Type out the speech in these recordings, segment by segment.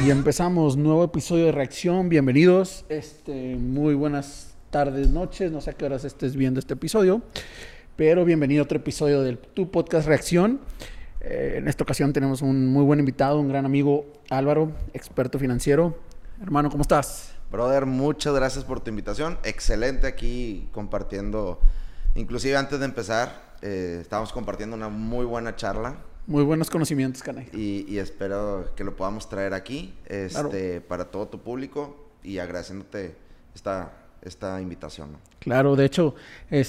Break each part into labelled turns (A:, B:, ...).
A: Y empezamos nuevo episodio de Reacción. Bienvenidos. Muy buenas tardes, noches. No sé a qué horas estés viendo este episodio, pero bienvenido a otro episodio de tu podcast Reacción. En esta ocasión tenemos un muy buen invitado, un gran amigo, Álvaro, experto financiero. Hermano, ¿cómo estás?
B: Brother, muchas gracias por tu invitación. Excelente aquí compartiendo. Inclusive antes de empezar, estábamos compartiendo una muy buena charla.
A: Muy buenos conocimientos, canay.
B: Y espero que lo podamos traer aquí
A: Claro.
B: para todo tu público y agradeciéndote esta invitación, ¿no?
A: Claro, de hecho,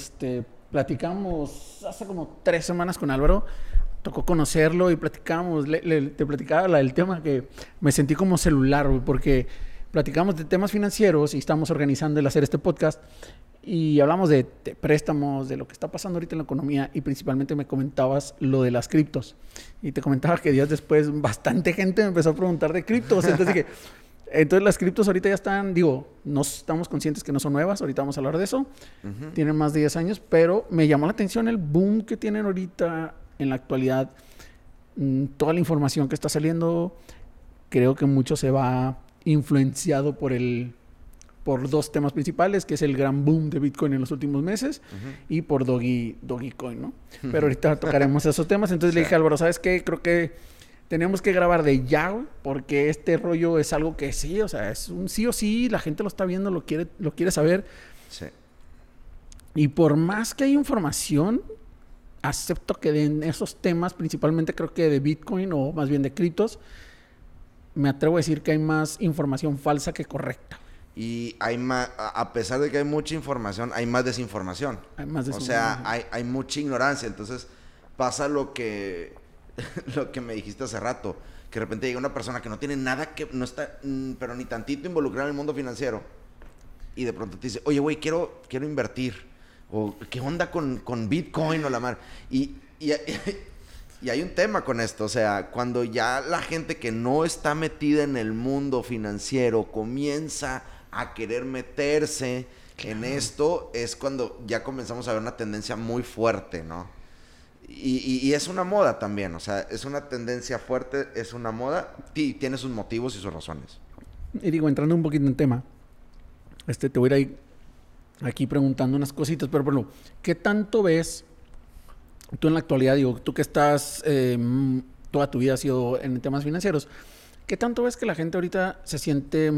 A: platicamos hace como 3 semanas con Álvaro. Tocó conocerlo y platicamos, te platicaba el tema que me sentí como celular, güey, porque platicamos de temas financieros y estamos organizando el hacer este podcast y hablamos de préstamos, de lo que está pasando ahorita en la economía y principalmente me comentabas lo de las criptos. Y te comentaba que días después bastante gente me empezó a preguntar de criptos. Entonces las criptos ahorita ya están, no estamos conscientes que no son nuevas, ahorita vamos a hablar de eso.
B: Uh-huh.
A: Tienen más de 10 años, pero me llamó la atención el boom que tienen ahorita en la actualidad. Toda la información que está saliendo, creo que mucho se va influenciado por 2 temas principales, que es el gran boom de Bitcoin en los últimos meses, uh-huh, y por Dogecoin, ¿no? Uh-huh. Pero ahorita tocaremos esos temas. Entonces le dije a Álvaro, ¿sabes qué? Creo que tenemos que grabar de ya, güey, porque este rollo es algo que sí, o sea, es un sí o sí, la gente lo está viendo, lo quiere saber.
B: Sí.
A: Y por más que hay información, acepto que en esos temas, principalmente creo que de Bitcoin o más bien de criptos, me atrevo a decir que hay más información falsa que correcta.
B: Y hay más, a pesar de que hay mucha información, hay más desinformación.
A: Hay más desinformación.
B: O sea, hay mucha ignorancia. Entonces pasa lo que me dijiste hace rato, que de repente llega una persona que no tiene nada, que no está, pero ni tantito involucrada en el mundo financiero, y de pronto te dice, oye, güey, quiero invertir, o ¿qué onda con Bitcoin o la mar? Y hay un tema con esto, o sea, cuando ya la gente que no está metida en el mundo financiero comienza a querer meterse en esto, es cuando ya comenzamos a ver una tendencia muy fuerte, ¿no? Y es una moda también, o sea, es una tendencia fuerte, es una moda, y tiene sus motivos y sus razones.
A: Y entrando un poquito en tema, te voy a ir aquí preguntando unas cositas, pero bueno, ¿qué tanto ves tú en la actualidad, tú que estás, toda tu vida has sido en temas financieros, ¿qué tanto ves que la gente ahorita se siente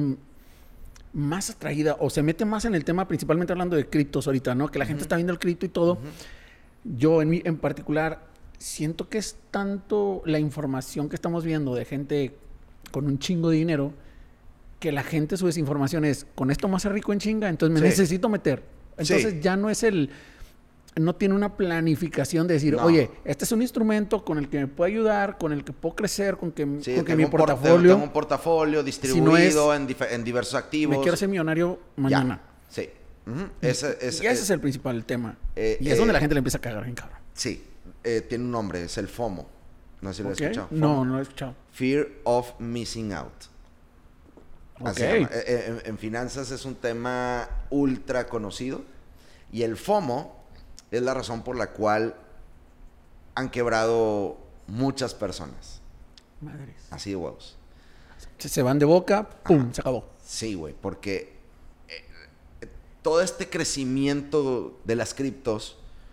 A: más atraída o se mete más en el tema, principalmente hablando de criptos ahorita, ¿no? Que la gente está viendo el cripto y todo. Yo en particular siento que es tanto la información que estamos viendo de gente con un chingo de dinero que la gente su desinformación es, con esto me hace rico en chinga, entonces me necesito meter. Entonces ya no es no tiene una planificación de decir, oye, este es un instrumento con el que me puede ayudar, con el que puedo crecer, con que mi portafolio...
B: Tengo un portafolio distribuido en diversos activos.
A: Me quiero ser millonario mañana.
B: Ya. Sí. Uh-huh.
A: Ese es el principal tema. Y es donde la gente le empieza a cagar bien cabrón.
B: Sí. Tiene un nombre, es el FOMO. No sé si lo has escuchado.
A: No lo he escuchado.
B: Fear of Missing Out.
A: Okay.
B: En finanzas es un tema ultra conocido. Y el FOMO es la razón por la cual han quebrado muchas personas.
A: Madres.
B: Así de huevos.
A: Se van de boca, ¡pum! Ajá. Se acabó.
B: Sí, güey, porque todo este crecimiento de las criptos,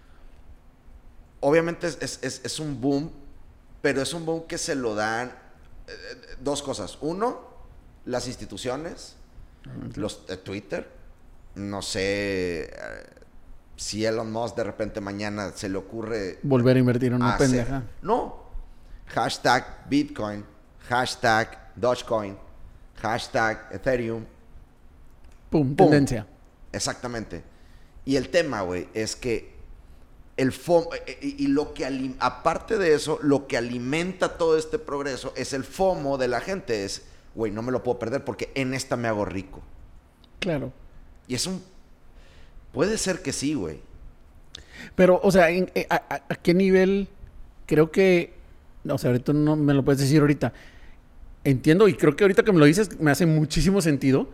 B: obviamente es un boom, pero es un boom que se lo dan 2 cosas. Uno, las instituciones, los Twitter, no sé... si Elon Musk de repente mañana se le ocurre...
A: volver a invertir en una pendeja.
B: No. Hashtag Bitcoin. Hashtag Dogecoin. Hashtag Ethereum.
A: ¡Pum! Tendencia.
B: Exactamente. Y el tema, güey, es que el FOMO... y lo que... aparte de eso, lo que alimenta todo este progreso es el FOMO de la gente. Es, güey, no me lo puedo perder porque en esta me hago rico.
A: Claro.
B: Y es un... puede ser que sí, güey.
A: Pero, o sea, ¿a qué nivel? Creo que... o sea, ahorita no me lo puedes decir ahorita. Entiendo, y creo que ahorita que me lo dices me hace muchísimo sentido.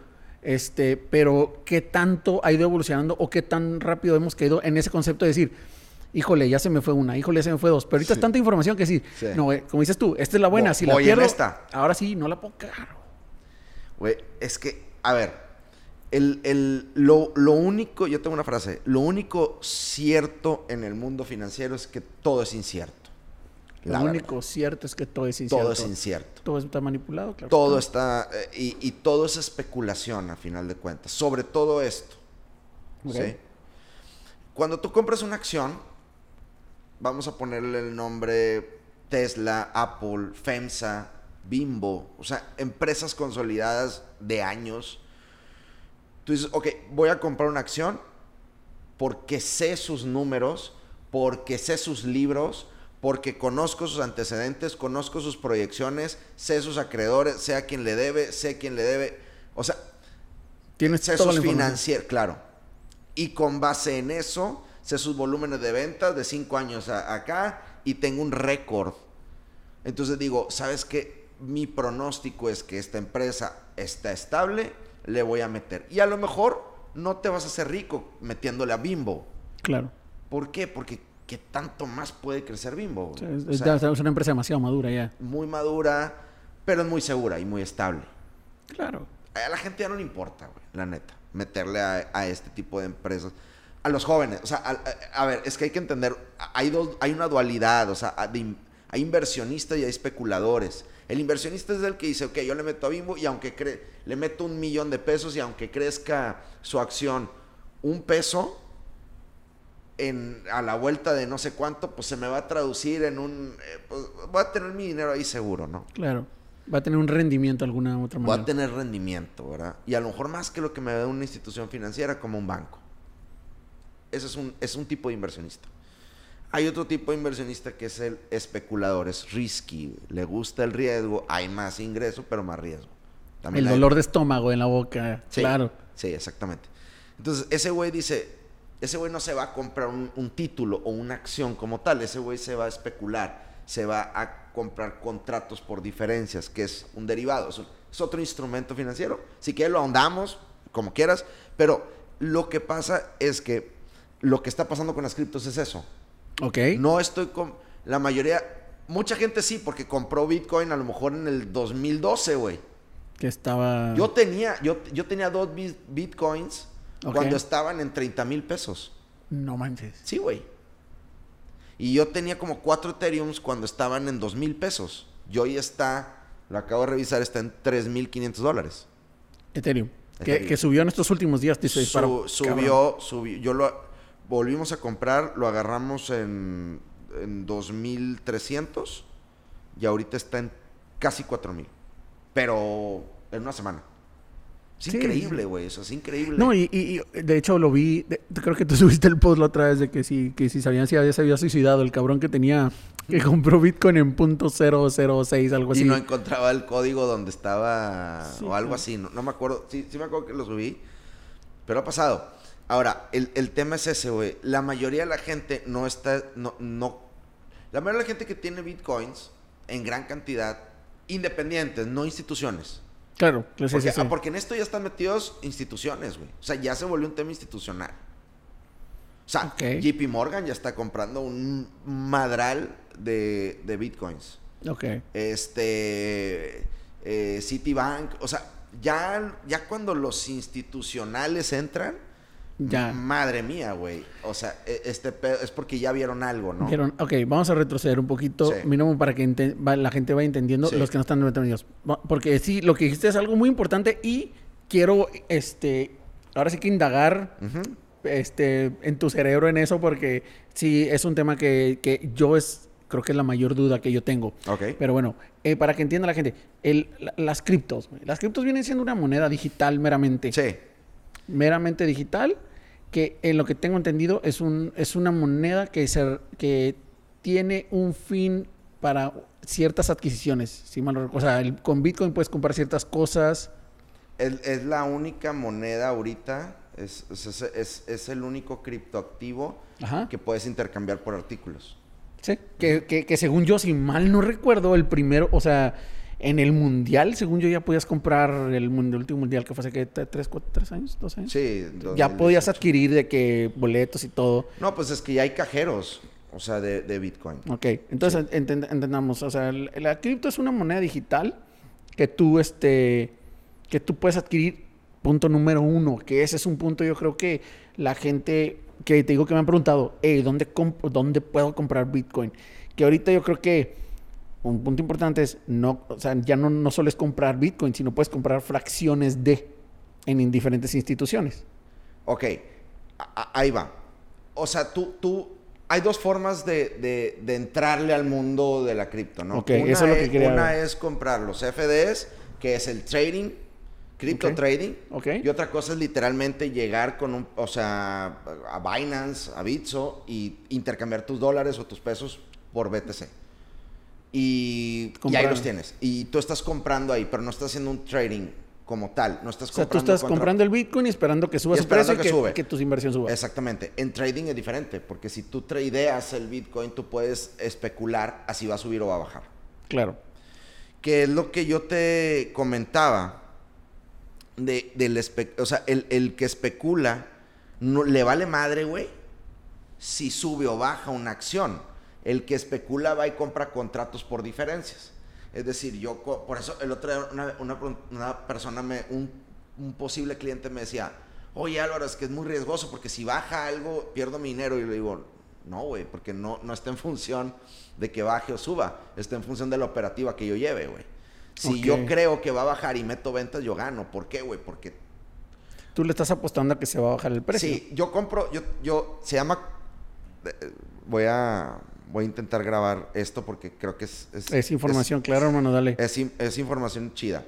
A: Pero ¿qué tanto ha ido evolucionando o qué tan rápido hemos caído en ese concepto de decir, híjole, ya se me fue una, híjole, ya se me fue 2? Pero ahorita es tanta información que decir, no, como dices tú, esta es la buena, si la pierdo,
B: esta.
A: ahora sí, no la puedo cagar.
B: Güey, es que, a ver, lo único, yo tengo una frase, lo único cierto en el mundo financiero es que todo es incierto.
A: Lo único cierto es que todo es incierto.
B: Todo es incierto.
A: Todo está manipulado, claro.
B: Todo está, y todo es especulación a final de cuentas, sobre todo esto.
A: Okay.
B: ¿Sí? Cuando tú compras una acción, vamos a ponerle el nombre Tesla, Apple, FEMSA, Bimbo, o sea, empresas consolidadas de años. Tú dices, ok, voy a comprar una acción porque sé sus números, porque sé sus libros, porque conozco sus antecedentes, conozco sus proyecciones, sé sus acreedores, sé a quién le debe, o sea, sé sus financieros, claro. Y con base en eso, sé sus volúmenes de ventas de 5 años acá y tengo un récord. Entonces digo, ¿sabes qué? Mi pronóstico es que esta empresa está estable, le voy a meter. Y a lo mejor no te vas a hacer rico metiéndole a Bimbo.
A: Claro.
B: ¿Por qué? Porque ¿qué tanto más puede crecer Bimbo?
A: O sea, es una empresa demasiado madura ya.
B: Muy madura, pero es muy segura y muy estable.
A: Claro.
B: A la gente ya no le importa, güey, la neta, meterle a este tipo de empresas. A los jóvenes, o sea, a ver, es que hay que entender, hay una dualidad, o sea, hay inversionistas y hay especuladores. El inversionista es el que dice, ok, yo le meto a Bimbo y aunque le meto $1,000,000 y aunque crezca su acción $1, a la vuelta de no sé cuánto, pues se me va a traducir en pues voy a tener mi dinero ahí seguro, ¿no?
A: Claro. Va a tener un rendimiento de alguna otra manera.
B: Va a tener rendimiento, ¿verdad? Y a lo mejor más que lo que me da una institución financiera como un banco. Ese es un tipo de inversionista. Hay otro tipo de inversionista que es el especulador, es risky, le gusta el riesgo, hay más ingreso, pero más riesgo.
A: También el dolor de estómago en la boca, sí, claro.
B: Sí, exactamente. Entonces, ese güey no se va a comprar un título o una acción como tal, ese güey se va a especular, se va a comprar contratos por diferencias, que es un derivado, es otro instrumento financiero. Si quieres lo ahondamos, como quieras, pero lo que pasa es que lo que está pasando con las criptos es eso.
A: Ok.
B: No estoy con la mayoría, mucha gente sí, porque compró Bitcoin a lo mejor en el 2012, güey.
A: Que estaba...
B: Yo tenía 2 Bitcoins cuando estaban en $30,000.
A: No manches.
B: Sí, güey. Y yo tenía como 4 Ethereums cuando estaban en $2,000. Y hoy lo acabo de revisar, está en $3,500.
A: Ethereum. Que subió en estos últimos días, dice.
B: Subió. Volvimos a comprar, lo agarramos en 2,300 y ahorita está en casi 4,000. Pero en una semana. Es increíble, güey. Eso es increíble.
A: No, y de hecho lo vi. Creo que tú subiste el post la otra vez de que si sabían si se había suicidado el cabrón que compró Bitcoin en .006, algo así.
B: Y no encontraba el código donde estaba o algo así. No me acuerdo. Sí me acuerdo que lo subí. Pero ha pasado. Ahora, el tema es ese, güey. La mayoría de la gente no está... La mayoría de la gente que tiene Bitcoins en gran cantidad, independientes, no instituciones.
A: Claro.
B: Porque en esto ya están metidos instituciones, güey. O sea, ya se volvió un tema institucional. O sea, JP Morgan ya está comprando un madral de Bitcoins.
A: Ok.
B: Citibank. O sea, ya cuando los institucionales entran... Ya. Madre mía, güey. O sea, es porque ya vieron algo, ¿no?
A: Ok, vamos a retroceder un poquito, mínimo para que la gente vaya entendiendo, los que no están entendidos. Porque sí, lo que dijiste es algo muy importante y quiero, ahora sí que indagar, en tu cerebro en eso, porque sí, es un tema que creo que es la mayor duda que yo tengo.
B: Okay.
A: Pero bueno, para que entienda la gente, las criptos. Las criptos vienen siendo una moneda digital meramente.
B: Sí.
A: Meramente digital, que en lo que tengo entendido es una moneda que tiene un fin para ciertas adquisiciones. Si mal no recuerdo. O sea, con Bitcoin puedes comprar ciertas cosas.
B: Es la única moneda ahorita, es el único criptoactivo que puedes intercambiar por artículos.
A: Sí, que según yo, si mal no recuerdo, el primero, o sea... En el mundial, según yo, ya podías comprar el último mundial que fue hace 3 años, 2 años.
B: Sí.
A: Ya podías adquirir de que boletos y todo.
B: No, pues es que ya hay cajeros, o sea, de Bitcoin.
A: Ok, entonces entendamos, o sea, la cripto es una moneda digital que tú, que tú puedes adquirir, punto número 1, que ese es un punto yo creo que la gente, que te digo que me han preguntado, ¿dónde puedo comprar Bitcoin? Que ahorita yo creo que un punto importante es, o sea, ya no solo es comprar Bitcoin, sino puedes comprar fracciones en diferentes instituciones.
B: Ok, ahí va. O sea, hay dos formas de entrarle al mundo de la cripto, ¿no?
A: Ok, eso es lo que quería ver.
B: Una es comprar los CFDs, que es el trading, cripto trading.
A: Ok.
B: Y otra cosa es literalmente llegar a Binance, a Bitso, y intercambiar tus dólares o tus pesos por BTC. Y ahí los tienes. Y tú estás comprando ahí, pero no estás haciendo un trading como tal. No estás comprando.
A: O sea, tú estás comprando el Bitcoin y esperando que suba su precio y que tu inversión suba.
B: Exactamente. En trading es diferente, porque si tú tradeas el Bitcoin, tú puedes especular a si va a subir o va a bajar.
A: Claro.
B: Que es lo que yo te comentaba. O sea, el que especula no, le vale madre, güey, si sube o baja una acción. El que especula va y compra contratos por diferencias. Es decir, por eso el otro día una persona, un posible cliente me decía, oye Álvaro, es que es muy riesgoso porque si baja algo pierdo mi dinero. Y le digo, no, güey, porque no está en función de que baje o suba, está en función de la operativa que yo lleve, güey. Si yo creo que va a bajar y meto ventas, yo gano. ¿Por qué, güey? Porque
A: tú le estás apostando a que se va a bajar el precio.
B: Sí, yo compro, se llama, voy a intentar grabar esto porque creo que
A: es información, claro, hermano, dale.
B: Es información chida.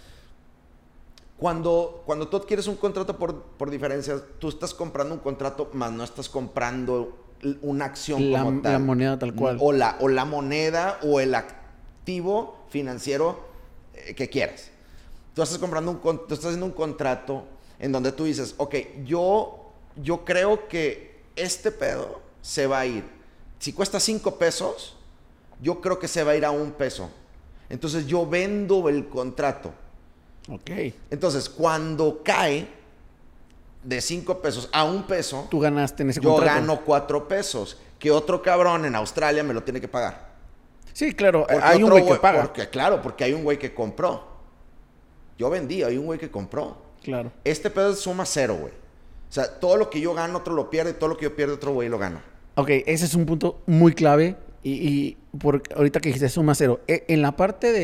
B: Cuando tú adquieres un contrato por diferencias, tú estás comprando un contrato, más no estás comprando una acción como tal.
A: La moneda tal cual.
B: O la moneda o el activo financiero que quieras. Tú estás haciendo un contrato en donde tú dices, ok, yo creo que este pedo se va a ir. Si cuesta 5 pesos, yo creo que se va a ir a 1 peso. Entonces yo vendo el contrato.
A: Ok.
B: Entonces cuando cae de 5 pesos a 1 peso,
A: tú ganaste en ese contrato.
B: Yo gano 4 pesos, que otro cabrón en Australia me lo tiene que pagar.
A: Sí, claro, hay un güey que paga.
B: Porque hay un güey que compró. Yo vendí, hay un güey que compró.
A: Claro.
B: Este pedo suma 0, güey. O sea, todo lo que yo gano, otro lo pierde, y todo lo que yo pierdo, otro güey lo gana.
A: Ok, ese es un punto muy clave. Y ahorita que dijiste suma 0, en la parte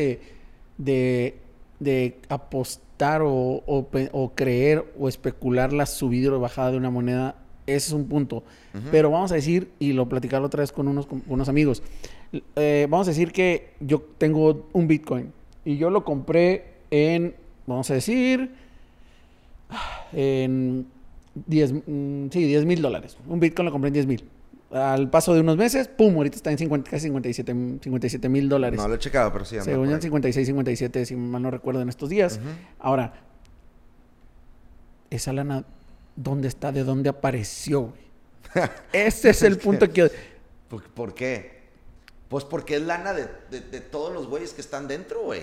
A: de apostar o creer o especular la subida o bajada de una moneda, ese es un punto. Pero vamos a decir, y lo platicaba otra vez con unos amigos, vamos a decir que yo tengo un Bitcoin y yo lo compré vamos a decir, en $10,000. Un Bitcoin lo compré en 10,000. Al paso de unos meses, pum, ahorita está en casi $57,000.
B: No lo he checado, pero sí.
A: Según en 56, 57, si mal no recuerdo en estos días. Ahora, esa lana, ¿dónde está? ¿De dónde apareció? Ese es el punto que...
B: ¿Por qué? Pues porque es lana de todos los güeyes que están dentro, güey.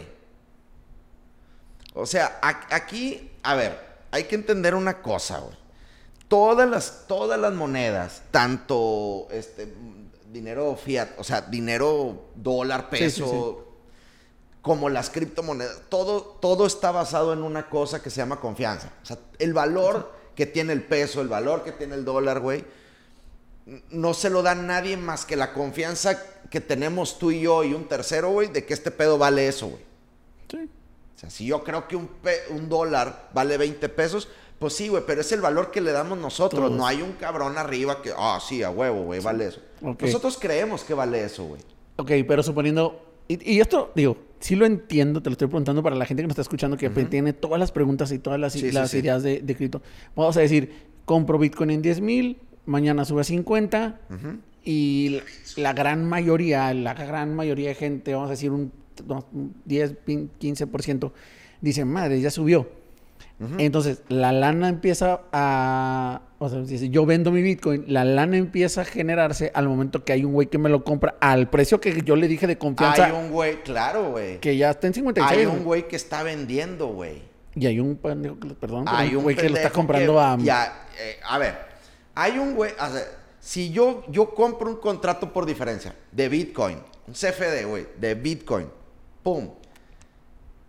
B: O sea, aquí, a ver, hay que entender una cosa, güey. Todas las monedas, tanto dinero fiat, o sea, dinero dólar, peso, como las criptomonedas, todo está basado en una cosa que se llama confianza. O sea, el valor que tiene el peso, el valor que tiene el dólar, güey, no se lo da nadie más que la confianza que tenemos tú y yo y un tercero, güey, de que este pedo vale eso, güey.
A: Sí.
B: O sea, si yo creo que un dólar vale 20 pesos... Pues sí, güey, pero es el valor que le damos nosotros.
A: Todos.
B: No hay un cabrón arriba que, sí, a huevo, güey, vale eso.
A: Okay.
B: Nosotros creemos que vale eso, güey.
A: Ok, pero suponiendo... Y esto, digo, sí lo entiendo, te lo estoy preguntando para la gente que nos está escuchando, que tiene todas las preguntas y todas las ideas de cripto. Vamos a decir, compro Bitcoin en 10,000, mañana sube a 50, y la gran mayoría de gente, vamos a decir un 10, 15%, dice, madre, ya subió. Entonces, la lana empieza o sea, si yo vendo mi Bitcoin, la lana empieza a generarse al momento que hay un güey que me lo compra al precio que yo le dije de confianza.
B: Hay un güey, claro, güey.
A: Que ya está en 56.
B: Hay un güey que está vendiendo, güey.
A: Y hay un pendejo, perdón,
B: hay un
A: güey que lo está comprando
B: a ver, hay un güey, o sea, si yo compro un contrato por diferencia de Bitcoin, un CFD, güey, de Bitcoin, pum.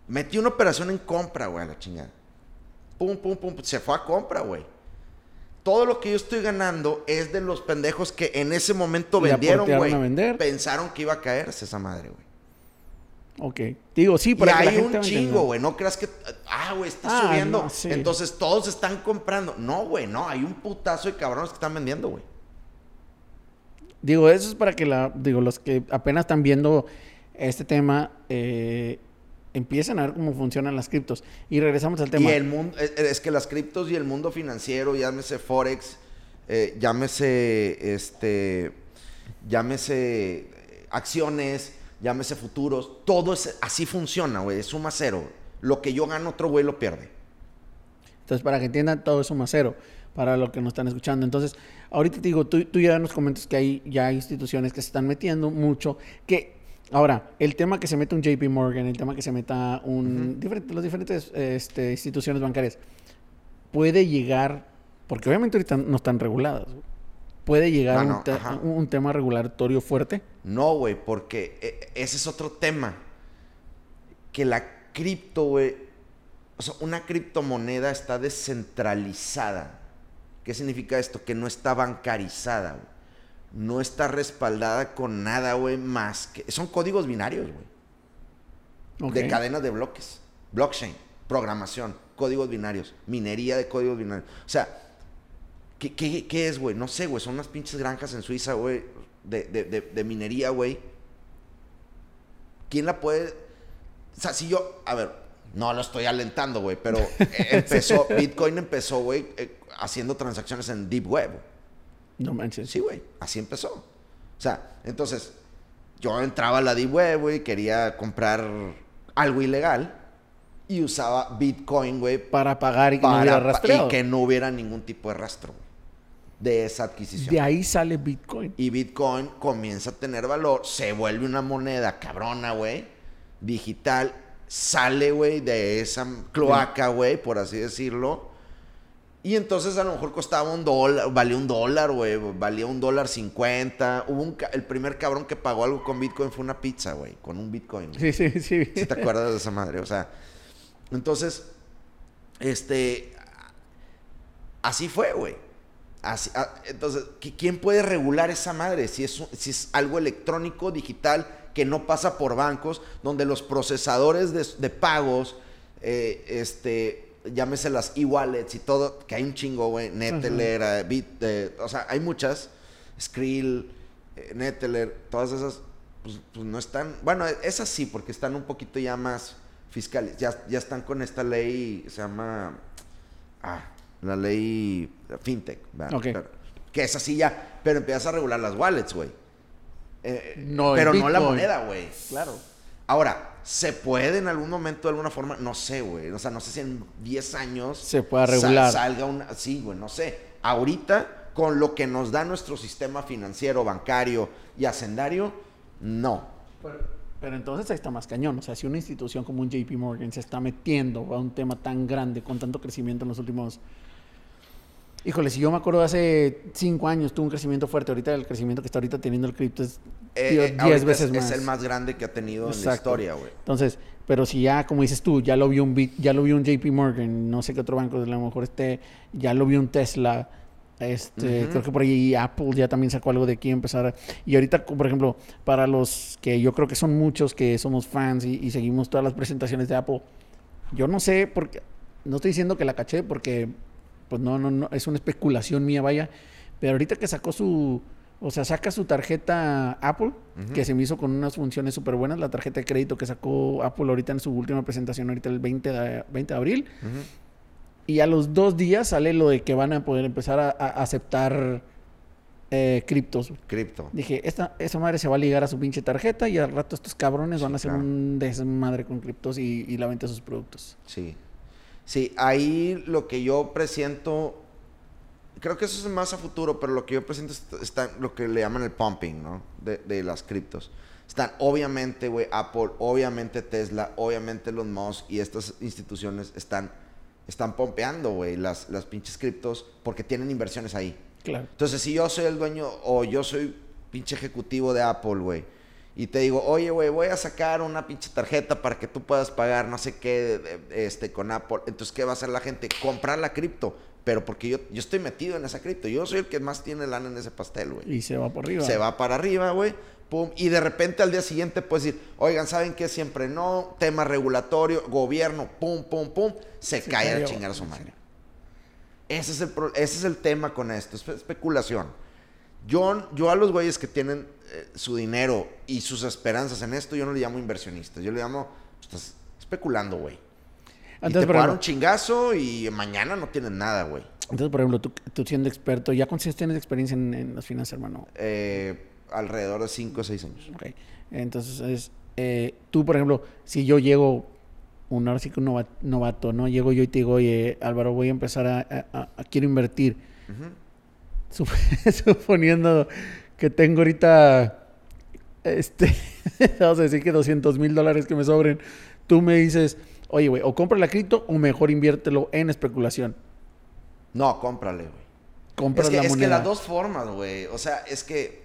B: Metí una operación en compra, güey, a la chingada. Pum, pum, pum. Se fue a compra, güey. Todo lo que yo estoy ganando es de los pendejos que en ese momento vendieron, güey. Pensaron que iba a caerse esa madre, güey.
A: Ok. Digo, sí, pero
B: y hay un chingo, güey. No creas que... güey, está subiendo. No, sí. Entonces, todos están comprando. No, güey, no. Hay un putazo de cabrones que están vendiendo, güey.
A: Digo, eso es para que los que apenas están viendo este tema empiecen a ver cómo funcionan las criptos. Y regresamos al tema.
B: Y el mundo... Es que las criptos y el mundo financiero, llámese Forex, llámese acciones... Llámese futuros, todo es así funciona, güey, es suma cero. Lo que yo gano, otro güey lo pierde.
A: Entonces, para que entiendan, todo es suma cero, para los que nos están escuchando. Entonces, ahorita te digo, tú ya nos comentas que hay ya instituciones que se están metiendo mucho, que ahora, el tema que se meta un JP Morgan, el tema que se meta las diferentes instituciones bancarias, puede llegar, porque obviamente ahorita no están reguladas, güey. ¿Puede llegar un tema regulatorio fuerte?
B: No, güey, porque ese es otro tema. Que la cripto, güey... O sea, una criptomoneda está descentralizada. ¿Qué significa esto? Que no está bancarizada, güey. No está respaldada con nada, güey, más que... Son códigos binarios, güey. Okay. De cadenas de bloques. Blockchain, programación, códigos binarios, minería de códigos binarios. O sea... ¿Qué es, güey? No sé, güey. Son unas pinches granjas en Suiza, güey. De minería, güey. ¿Quién la puede...? O sea, si yo... A ver, no lo estoy alentando, güey. Pero Bitcoin empezó, güey, haciendo transacciones en Deep Web.
A: No manches.
B: Sí, güey. Así empezó. O sea, entonces... Yo entraba a la Deep Web, güey. Quería comprar algo ilegal. Y usaba Bitcoin, güey.
A: Para pagar y que no hubiera rastreado.
B: Y que no hubiera ningún tipo de rastro, güey, de esa adquisición.
A: De ahí sale Bitcoin.
B: Y Bitcoin comienza a tener valor. Se vuelve una moneda cabrona, güey. Digital. Sale, güey, de esa cloaca, güey, por así decirlo. Y entonces a lo mejor costaba $1. Valía $1, güey. Valía $1.50. El primer cabrón que pagó algo con Bitcoin fue una pizza, güey. Con un Bitcoin.
A: Sí.
B: ¿Sí te acuerdas de esa madre? O sea... Entonces, así fue, güey. Entonces, ¿quién puede regular esa madre? Si es algo electrónico, digital, que no pasa por bancos, donde los procesadores de pagos, llámese las e-wallets y todo, que hay un chingo, güey, Neteller, o sea, hay muchas, Skrill, Neteller, todas esas, pues no están, bueno, esas sí, porque están un poquito ya más... fiscales, ya están con esta ley, se llama la ley FinTech,
A: okay.
B: Que es así ya, pero empiezas a regular las wallets, güey. Pero no la moneda, güey.
A: Claro.
B: Ahora, ¿se puede en algún momento de alguna forma? No sé, güey. O sea, no sé si en 10 años
A: se pueda regular.
B: Salga una... Sí, güey, no sé. Ahorita, con lo que nos da nuestro sistema financiero, bancario y hacendario, no.
A: Pero entonces ahí está más cañón. O sea, si una institución como un JP Morgan se está metiendo a un tema tan grande, con tanto crecimiento en los últimos... Híjole, si yo me acuerdo de hace 5 años tuvo un crecimiento fuerte. Ahorita el crecimiento que está ahorita teniendo el cripto es 10 veces más.
B: Es el más grande que ha tenido en la historia, güey.
A: Entonces, pero si ya, como dices tú, ya lo vio un JP Morgan, no sé qué otro banco, a lo mejor ya lo vio un Tesla... Creo que por ahí Apple ya también sacó algo de aquí empezar. Y ahorita, por ejemplo, para los que yo creo que son muchos que somos fans y seguimos todas las presentaciones de Apple, yo no sé, porque no estoy diciendo que la caché porque pues no, es una especulación mía, vaya, pero ahorita que saca su tarjeta Apple, que se me hizo con unas funciones súper buenas, la tarjeta de crédito que sacó Apple ahorita en su última presentación, ahorita el 20 de abril, y a los 2 días sale lo de que van a poder empezar a aceptar criptos.
B: Cripto.
A: Dije, esa madre se va a ligar a su pinche tarjeta y al rato estos cabrones van a hacer un desmadre con criptos y la venta de sus productos.
B: Sí. Sí, ahí lo que yo presiento, creo que eso es más a futuro, pero lo que yo presiento está lo que le llaman el pumping, ¿no? De las criptos. Están obviamente, güey, Apple, obviamente Tesla, obviamente Elon Musk y estas instituciones están pompeando, güey, las pinches criptos porque tienen inversiones ahí.
A: Claro.
B: Entonces, si yo soy el dueño o yo soy pinche ejecutivo de Apple, güey, y te digo, oye, güey, voy a sacar una pinche tarjeta para que tú puedas pagar no sé qué con Apple. Entonces, ¿qué va a hacer la gente? Comprar la cripto. Pero porque yo estoy metido en esa cripto. Yo soy el que más tiene lana en ese pastel, güey.
A: Y se va por arriba.
B: Se va para arriba, güey. Pum. Y de repente al día siguiente puedes decir, oigan, ¿saben qué? Siempre no. Tema regulatorio, gobierno, pum, pum, pum. Se cae a chingar a su madre. Ese es el tema con esto. Es especulación. Yo a los güeyes que tienen su dinero y sus esperanzas en esto, yo no le llamo inversionistas. Yo le llamo, estás especulando, güey. Entonces, y te pagan un chingazo y mañana no tienen nada, güey.
A: Entonces, por ejemplo, tú siendo experto, ¿ya cuántos años tienes experiencia en las finanzas, hermano?
B: Alrededor de 5 o 6 años.
A: Ok. Entonces, tú, por ejemplo, si yo llego, ahora sí que un novato, ¿no? Llego yo y te digo, oye, Álvaro, voy a empezar a quiero invertir. Uh-huh. Suponiendo que tengo ahorita, vamos a decir que $200,000 que me sobren, tú me dices, oye, güey, o compra la cripto o mejor inviértelo en especulación.
B: No, cómprale, güey.
A: Compras la moneda.
B: Es que las dos formas, güey. O sea, es que...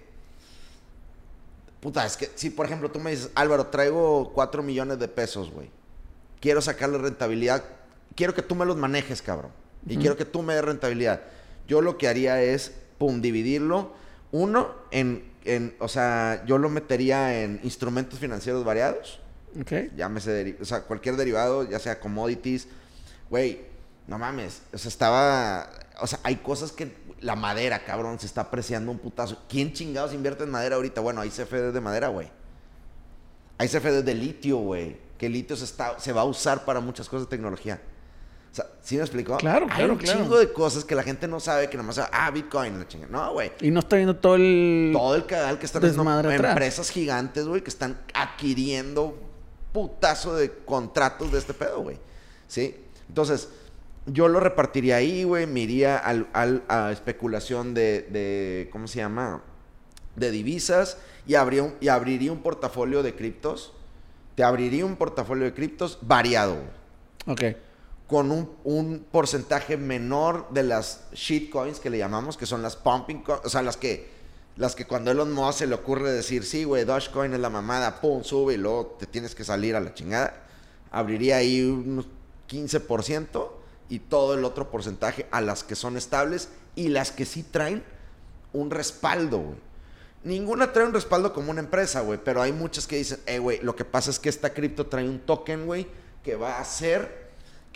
B: Puta, es que si, por ejemplo, tú me dices, Álvaro, traigo 4 millones de pesos, güey. Quiero sacarle rentabilidad. Quiero que tú me los manejes, cabrón. Y quiero que tú me des rentabilidad. Yo lo que haría es, pum, dividirlo. Uno, o sea, yo lo metería en instrumentos financieros variados.
A: Okay.
B: Llámese, o sea, cualquier derivado, ya sea commodities. Güey, no mames. O sea, hay cosas que... La madera, cabrón, se está apreciando un putazo. ¿Quién chingados invierte en madera ahorita? Bueno, hay CFDs de madera, güey. Hay CFDs de litio, güey. Que el litio se va a usar para muchas cosas de tecnología. O sea, ¿sí me explicó?
A: Claro,
B: hay un chingo de cosas que la gente no sabe, que nomás sabe, Bitcoin, la chingada. No, güey.
A: Y no está viendo todo el
B: cagadal que están haciendo empresas gigantes, güey, que están adquiriendo putazo de contratos de este pedo, güey. ¿Sí? Entonces, yo lo repartiría ahí, güey. Me iría a especulación de ¿cómo se llama? De divisas. Y abriría un portafolio de criptos. Te abriría un portafolio de criptos variado, güey.
A: Ok.
B: Con un porcentaje menor de las shitcoins que le llamamos, que son las pumping coins, o sea, las que cuando Elon Musk se le ocurre decir, sí, güey, Dogecoin es la mamada, pum, sube y luego te tienes que salir a la chingada. Abriría ahí un 15% y todo el otro porcentaje a las que son estables y las que sí traen un respaldo, güey. Ninguna trae un respaldo como una empresa, güey, pero hay muchas que dicen, güey, lo que pasa es que esta cripto trae un token, güey, que va a hacer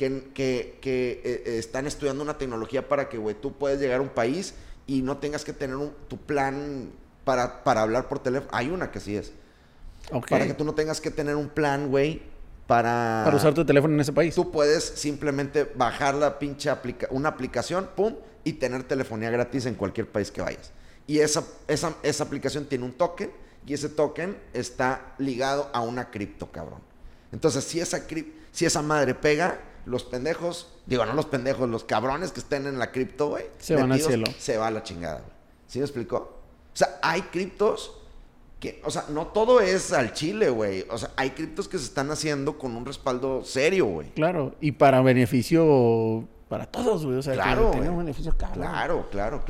B: que están estudiando una tecnología para que, güey, tú puedes llegar a un país y no tengas que tener tu plan para hablar por teléfono. Hay una que sí es.
A: Okay.
B: Para que tú no tengas que tener un plan, güey, para
A: usar tu teléfono en ese país.
B: Tú puedes simplemente bajar la pinche una aplicación, pum, y tener telefonía gratis en cualquier país que vayas. Y esa aplicación tiene un token y ese token está ligado a una cripto, cabrón. Entonces, si esa madre pega, los pendejos, no los pendejos, los cabrones que estén en la cripto, güey,
A: se van al cielo.
B: Se va a la chingada, güey. ¿Sí me explicó? O sea, hay criptos que, o sea, no todo es al chile, güey. O sea, hay criptos que se están haciendo con un respaldo serio, güey.
A: Claro, y para beneficio para todos, güey. O sea,
B: claro,
A: que tenga un beneficio
B: claro.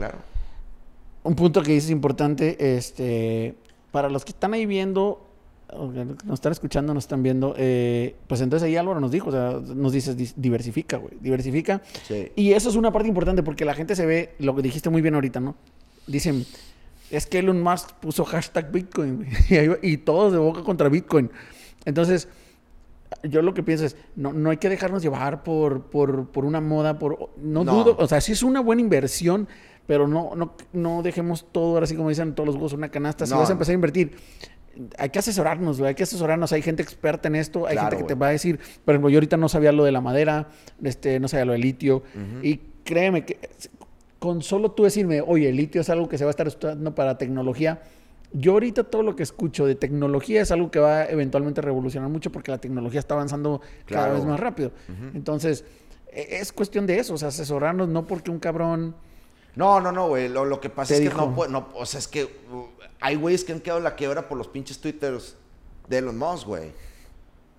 A: Un punto que dices importante, para los que están ahí viendo, o que nos están escuchando, nos están viendo, pues entonces ahí Álvaro nos dijo, o sea, nos dices, diversifica, güey, diversifica.
B: Sí.
A: Y eso es una parte importante porque la gente se ve, lo que dijiste muy bien ahorita, ¿no? Dicen, es que Elon Musk puso hashtag Bitcoin, güey, y todos de boca contra Bitcoin. Entonces, yo lo que pienso es, no hay que dejarnos llevar por una moda, no dudo, o sea, sí es una buena inversión, pero no dejemos todo, ahora sí como dicen todos los huevos en una canasta. Si vas a empezar a invertir, hay que asesorarnos, güey, hay gente experta en esto, hay gente que te va a decir, por ejemplo, yo ahorita no sabía lo de la madera, no sabía lo del litio, y créeme que con solo tú decirme, oye, el litio es algo que se va a estar estudiando para tecnología, yo ahorita todo lo que escucho de tecnología es algo que va a eventualmente revolucionar mucho porque la tecnología está avanzando cada vez más rápido. Entonces, es cuestión de eso, o sea, asesorarnos, no porque un cabrón...
B: No, güey. Lo que pasa es que o sea, es que hay güeyes que han quedado en la quiebra por los pinches twitters de Elon Musk, güey.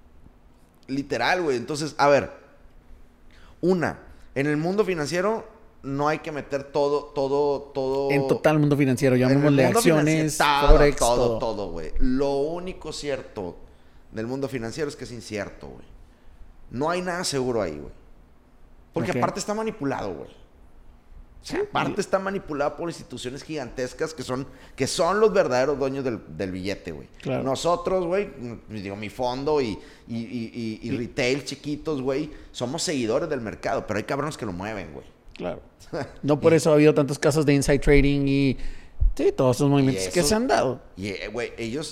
B: Literal, güey. Entonces, a ver. En el mundo financiero no hay que meter todo...
A: En total mundo financiero,
B: en el
A: llamémosle
B: mundo
A: acciones,
B: financiero,
A: forex,
B: todo, güey. Lo único cierto del mundo financiero es que es incierto, güey. No hay nada seguro ahí, güey. Porque aparte está manipulado, güey. O sea, aparte está manipulado por instituciones gigantescas que son los verdaderos dueños del billete, güey.
A: Claro.
B: Nosotros, güey, digo, mi fondo y retail chiquitos, güey, somos seguidores del mercado, pero hay cabrones que lo mueven, güey.
A: Claro. No por eso ha habido tantos casos de inside trading y sí, todos esos movimientos que se han dado.
B: Y, güey, ellos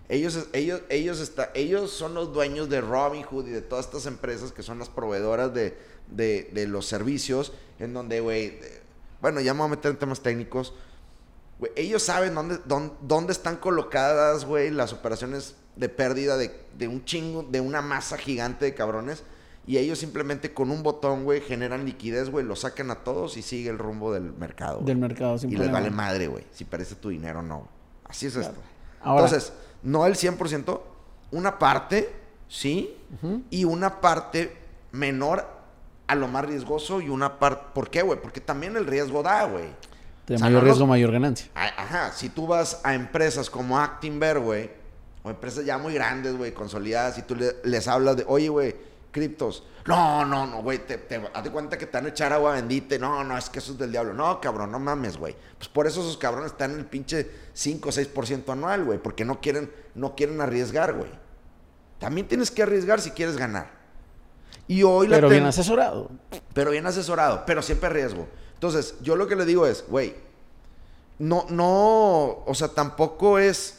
B: son los dueños de Robinhood y de todas estas empresas que son las proveedoras de los servicios, en donde, güey, bueno, ya me voy a meter en temas técnicos. Güey, ellos saben dónde están colocadas, güey, las operaciones de pérdida de un chingo, de una masa gigante de cabrones. Y ellos simplemente con un botón, güey, generan liquidez, güey, lo sacan a todos y sigue el rumbo del mercado.
A: Del mercado, sin
B: y
A: problema.
B: les vale madre, güey, si parece tu dinero o no. Así es
A: claro.
B: esto.
A: Ahora,
B: entonces, no el 100%, una parte, sí, y una parte menor a lo más riesgoso y una parte... ¿Por qué, güey? Porque también el riesgo da, güey.
A: De mayor riesgo, mayor ganancia.
B: Ajá, si tú vas a empresas como Actinver, güey, o empresas ya muy grandes, güey, consolidadas, y tú les hablas de, oye, güey, criptos. No, güey, haz de cuenta que te van a echar agua bendita. No, es que eso es del diablo. No, cabrón, no mames, güey. Pues por eso esos cabrones están en el pinche 5 o 6% anual, güey, porque no quieren arriesgar, güey. También tienes que arriesgar si quieres ganar. Y hoy
A: pero bien asesorado.
B: Pero bien asesorado, pero siempre riesgo. Entonces, yo lo que le digo es, güey, no, o sea, tampoco es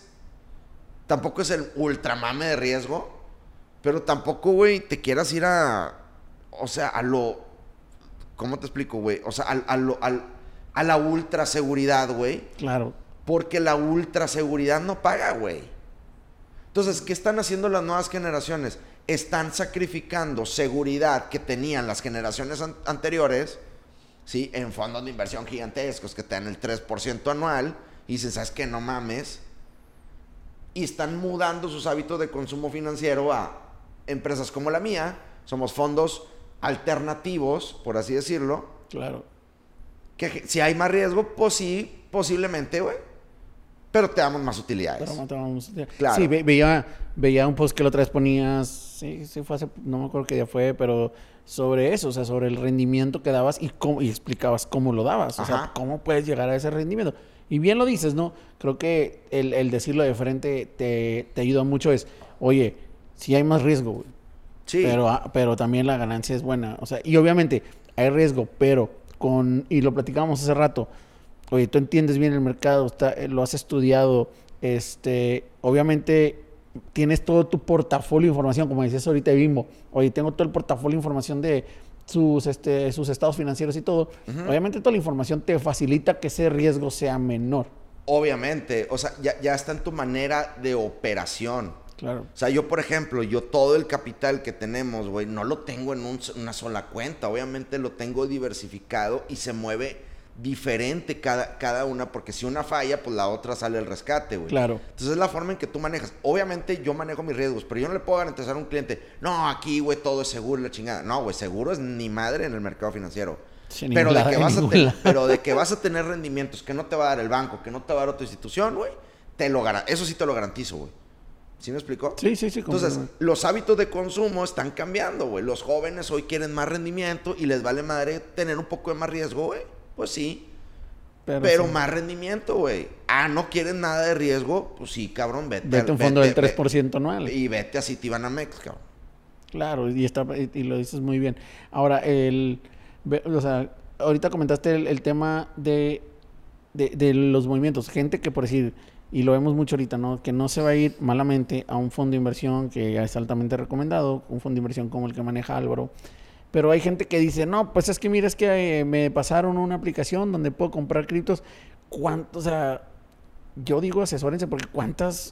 B: el ultramame de riesgo, pero tampoco, güey, te quieras ir o sea, ¿cómo te explico, güey? O sea, a la ultra seguridad, güey.
A: Claro.
B: Porque la ultra seguridad no paga, güey. Entonces, ¿qué están haciendo las nuevas generaciones? Están sacrificando seguridad que tenían las generaciones anteriores, ¿sí? En fondos de inversión gigantescos que te dan el 3% anual. Y dicen, ¿sabes qué? No mames. Y están mudando sus hábitos de consumo financiero a empresas como la mía. Somos fondos alternativos, por así decirlo.
A: Claro.
B: Que si hay más riesgo, pues sí, posiblemente, güey. Pero te damos más utilidades.
A: Claro. Sí, veía un post que la otra vez ponías, sí, fue hace, no me acuerdo qué día fue, pero sobre eso, o sea, sobre el rendimiento que dabas y explicabas cómo lo dabas. Ajá. O sea, cómo puedes llegar a ese rendimiento. Y bien lo dices, ¿no? Creo que el decirlo de frente te ayuda mucho. Oye, sí hay más riesgo, güey.
B: Sí.
A: Pero también la ganancia es buena. O sea, y obviamente hay riesgo, pero y lo platicábamos hace rato, oye, tú entiendes bien el mercado, lo has estudiado, obviamente tienes todo tu portafolio de información, como decías ahorita de Bimbo. Oye, tengo todo el portafolio de información de sus estados financieros y todo. Uh-huh. Obviamente toda la información te facilita que ese riesgo sea menor.
B: Obviamente, o sea, ya está en tu manera de operación.
A: Claro.
B: O sea, yo, por ejemplo, todo el capital que tenemos, güey, no lo tengo en una sola cuenta. Obviamente lo tengo diversificado y se mueve diferente cada una, porque si una falla, pues la otra sale al rescate, güey.
A: Claro.
B: Entonces es la forma en que tú manejas. Obviamente yo manejo mis riesgos, pero yo no le puedo garantizar a un cliente, no, aquí, güey, todo es seguro, la chingada. No, güey, seguro es ni madre en el mercado financiero.
A: Sí,
B: pero de que vas a tener rendimientos que no te va a dar el banco, que no te va a dar otra institución, güey, eso sí te lo garantizo, güey. ¿Sí me explicó?
A: Sí.
B: Entonces, los hábitos de consumo están cambiando, güey. Los jóvenes hoy quieren más rendimiento y les vale madre tener un poco de más riesgo, güey. Pues sí. Pero sí. Más rendimiento, güey. No quieren nada de riesgo. Pues sí, cabrón, vete
A: a un fondo del 3% anual.
B: Y vete a Citibanamex, cabrón.
A: Claro, y lo dices muy bien. Ahora, o sea, ahorita comentaste el tema de los movimientos. Gente que, por decir, y lo vemos mucho ahorita, ¿no? Que no se va a ir malamente a un fondo de inversión que es altamente recomendado, un fondo de inversión como el que maneja Álvaro. Pero hay gente que dice, no, pues es que mira, es que me pasaron una aplicación donde puedo comprar criptos. O sea, yo digo asesórense porque ¿cuántas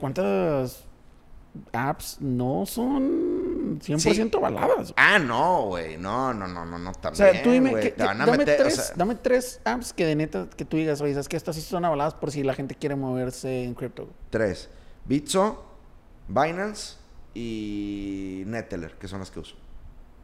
A: apps no son 100% avaladas?
B: No, güey. No, también, o
A: sea, tú dime, dame tres apps que de neta, que tú digas, oye, ¿sabes que estas sí son avaladas por si la gente quiere moverse en cripto?
B: 3. Bitso, Binance y Neteller, que son las que uso.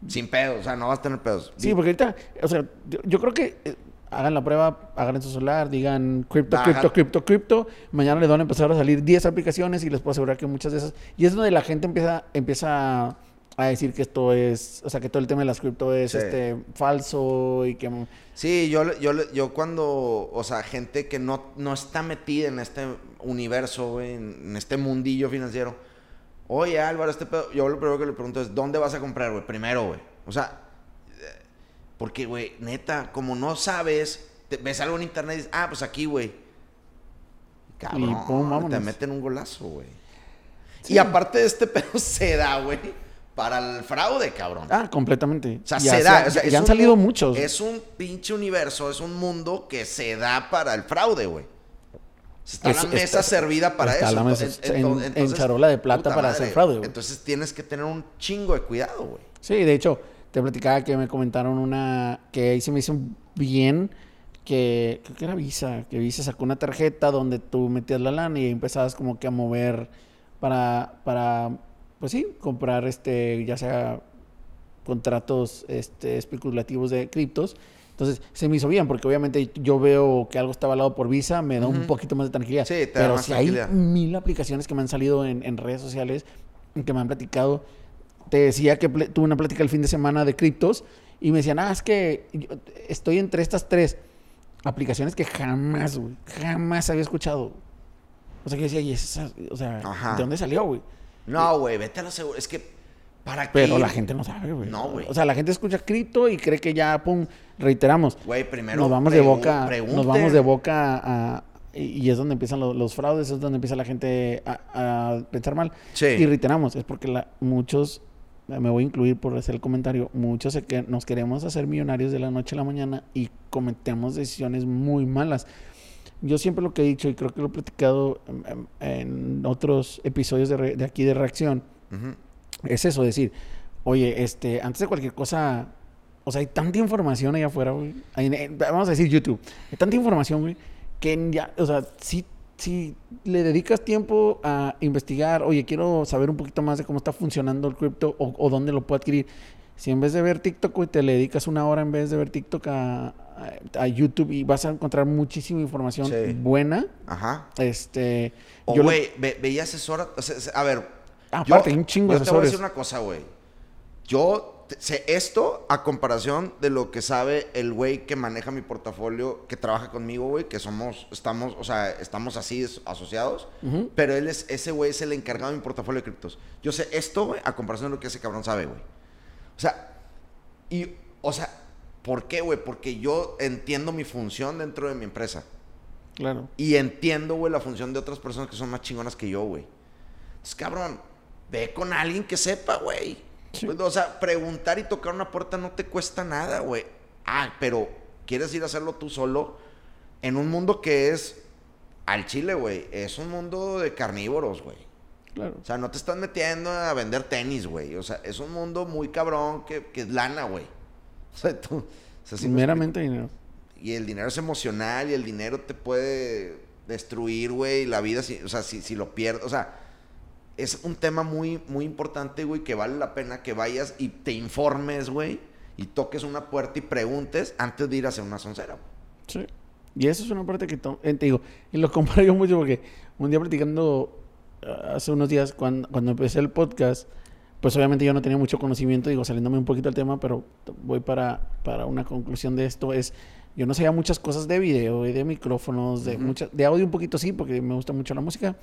B: Sin pedos, o sea, no vas a tener pedos.
A: Sí, porque ahorita, o sea, yo creo que hagan la prueba, hagan en su celular, digan cripto. Mañana les van a empezar a salir 10 aplicaciones y les puedo asegurar que muchas de esas... Y es donde la gente empieza a decir que esto es... O sea, que todo el tema de las cripto es falso y que...
B: Sí, yo cuando... O sea, gente que no está metida en este universo, güey, en este mundillo financiero. Oye, Álvaro, este pedo... Yo lo primero que le pregunto es, ¿dónde vas a comprar, güey? Primero, güey. O sea... Porque, güey, neta, como no sabes, ves algo en internet y dices, pues aquí, güey. Cabrón,
A: y pum,
B: te meten un golazo, güey. Sí. Y aparte de este pedo se da, güey, para el fraude, cabrón.
A: Completamente.
B: O sea, se da.
A: Ya han salido muchos.
B: Es un pinche universo, es un mundo que se da para el fraude, güey. Está la mesa servida para eso.
A: La mesa entonces, en charola de plata para hacer fraude, güey.
B: Entonces tienes que tener un chingo de cuidado, güey.
A: Sí, de hecho... Te platicaba que me comentaron una... Que ahí se me hizo bien... Que creo que era Visa. Que Visa sacó una tarjeta donde tú metías la lana y empezabas como que a mover para pues sí, comprar ya sea contratos especulativos de criptos. Entonces se me hizo bien porque obviamente yo veo que algo está avalado por Visa, me da un poquito más de tranquilidad.
B: Sí,
A: pero si hay 1000 aplicaciones que me han salido en redes sociales que me han platicado... Te decía que tuve una plática el fin de semana de criptos y me decían, es que yo estoy entre estas 3 aplicaciones que jamás había escuchado. O sea, que decía, ¿de dónde salió, güey?
B: No, güey, vete a lo seguro. Es que, ¿para qué?
A: Pero la gente no sabe, güey.
B: No, güey.
A: O sea, la gente escucha cripto y cree que ya, reiteramos.
B: Güey, primero
A: nos vamos de boca a... Y es donde empiezan los fraudes, es donde empieza la gente a pensar mal.
B: Sí.
A: Y reiteramos, es porque muchos... Me voy a incluir por hacer el comentario. Muchos nos queremos hacer millonarios de la noche a la mañana y cometemos decisiones muy malas. Yo siempre lo que he dicho, y creo que lo he platicado en otros episodios de aquí de Reacción, es eso, decir, oye, antes de cualquier cosa, o sea, hay tanta información allá afuera, güey. Vamos a decir YouTube. Hay tanta información, güey, que ya, o sea, si le dedicas tiempo a investigar, oye, quiero saber un poquito más de cómo está funcionando el cripto o dónde lo puedo adquirir. Si en vez de ver TikTok, güey, te le dedicas una hora en vez de ver TikTok a YouTube y vas a encontrar muchísima información buena.
B: Ajá.
A: Güey,
B: veía asesora, o sea, a ver.
A: Aparte, hay un chingo de asesores.
B: Yo te voy a decir una cosa, güey. Yo sé esto a comparación de lo que sabe el güey que maneja mi portafolio, que trabaja conmigo, güey, que estamos así asociados, pero ese güey es el encargado de mi portafolio de criptos. Yo sé esto, güey, a comparación de lo que ese cabrón sabe, güey. O sea, ¿por qué, güey? Porque yo entiendo mi función dentro de mi empresa.
A: Claro.
B: Y entiendo, güey, la función de otras personas que son más chingonas que yo, güey. Entonces, cabrón, ve con alguien que sepa, güey. Sí. O sea, preguntar y tocar una puerta no te cuesta nada, güey. Pero ¿quieres ir a hacerlo tú solo? En un mundo que es al chile, güey. Es un mundo de carnívoros, güey.
A: Claro.
B: O sea, no te estás metiendo a vender tenis, güey. O sea, es un mundo muy cabrón que es lana, güey. O sea, ¿sí
A: meramente dinero.
B: Y el dinero es emocional y el dinero te puede destruir, güey, la vida, o sea, si lo pierdes. O sea, es un tema muy, muy importante, güey, que vale la pena que vayas y te informes, güey, y toques una puerta y preguntes antes de ir a hacer una soncera, güey.
A: Sí. Y eso es una parte que te digo, y lo comparo yo mucho porque un día platicando hace unos días cuando empecé el podcast, pues obviamente yo no tenía mucho conocimiento, digo, saliéndome un poquito del tema, pero voy para una conclusión de esto, yo no sabía muchas cosas de video y de micrófonos, de audio un poquito sí, porque me gusta mucho la música.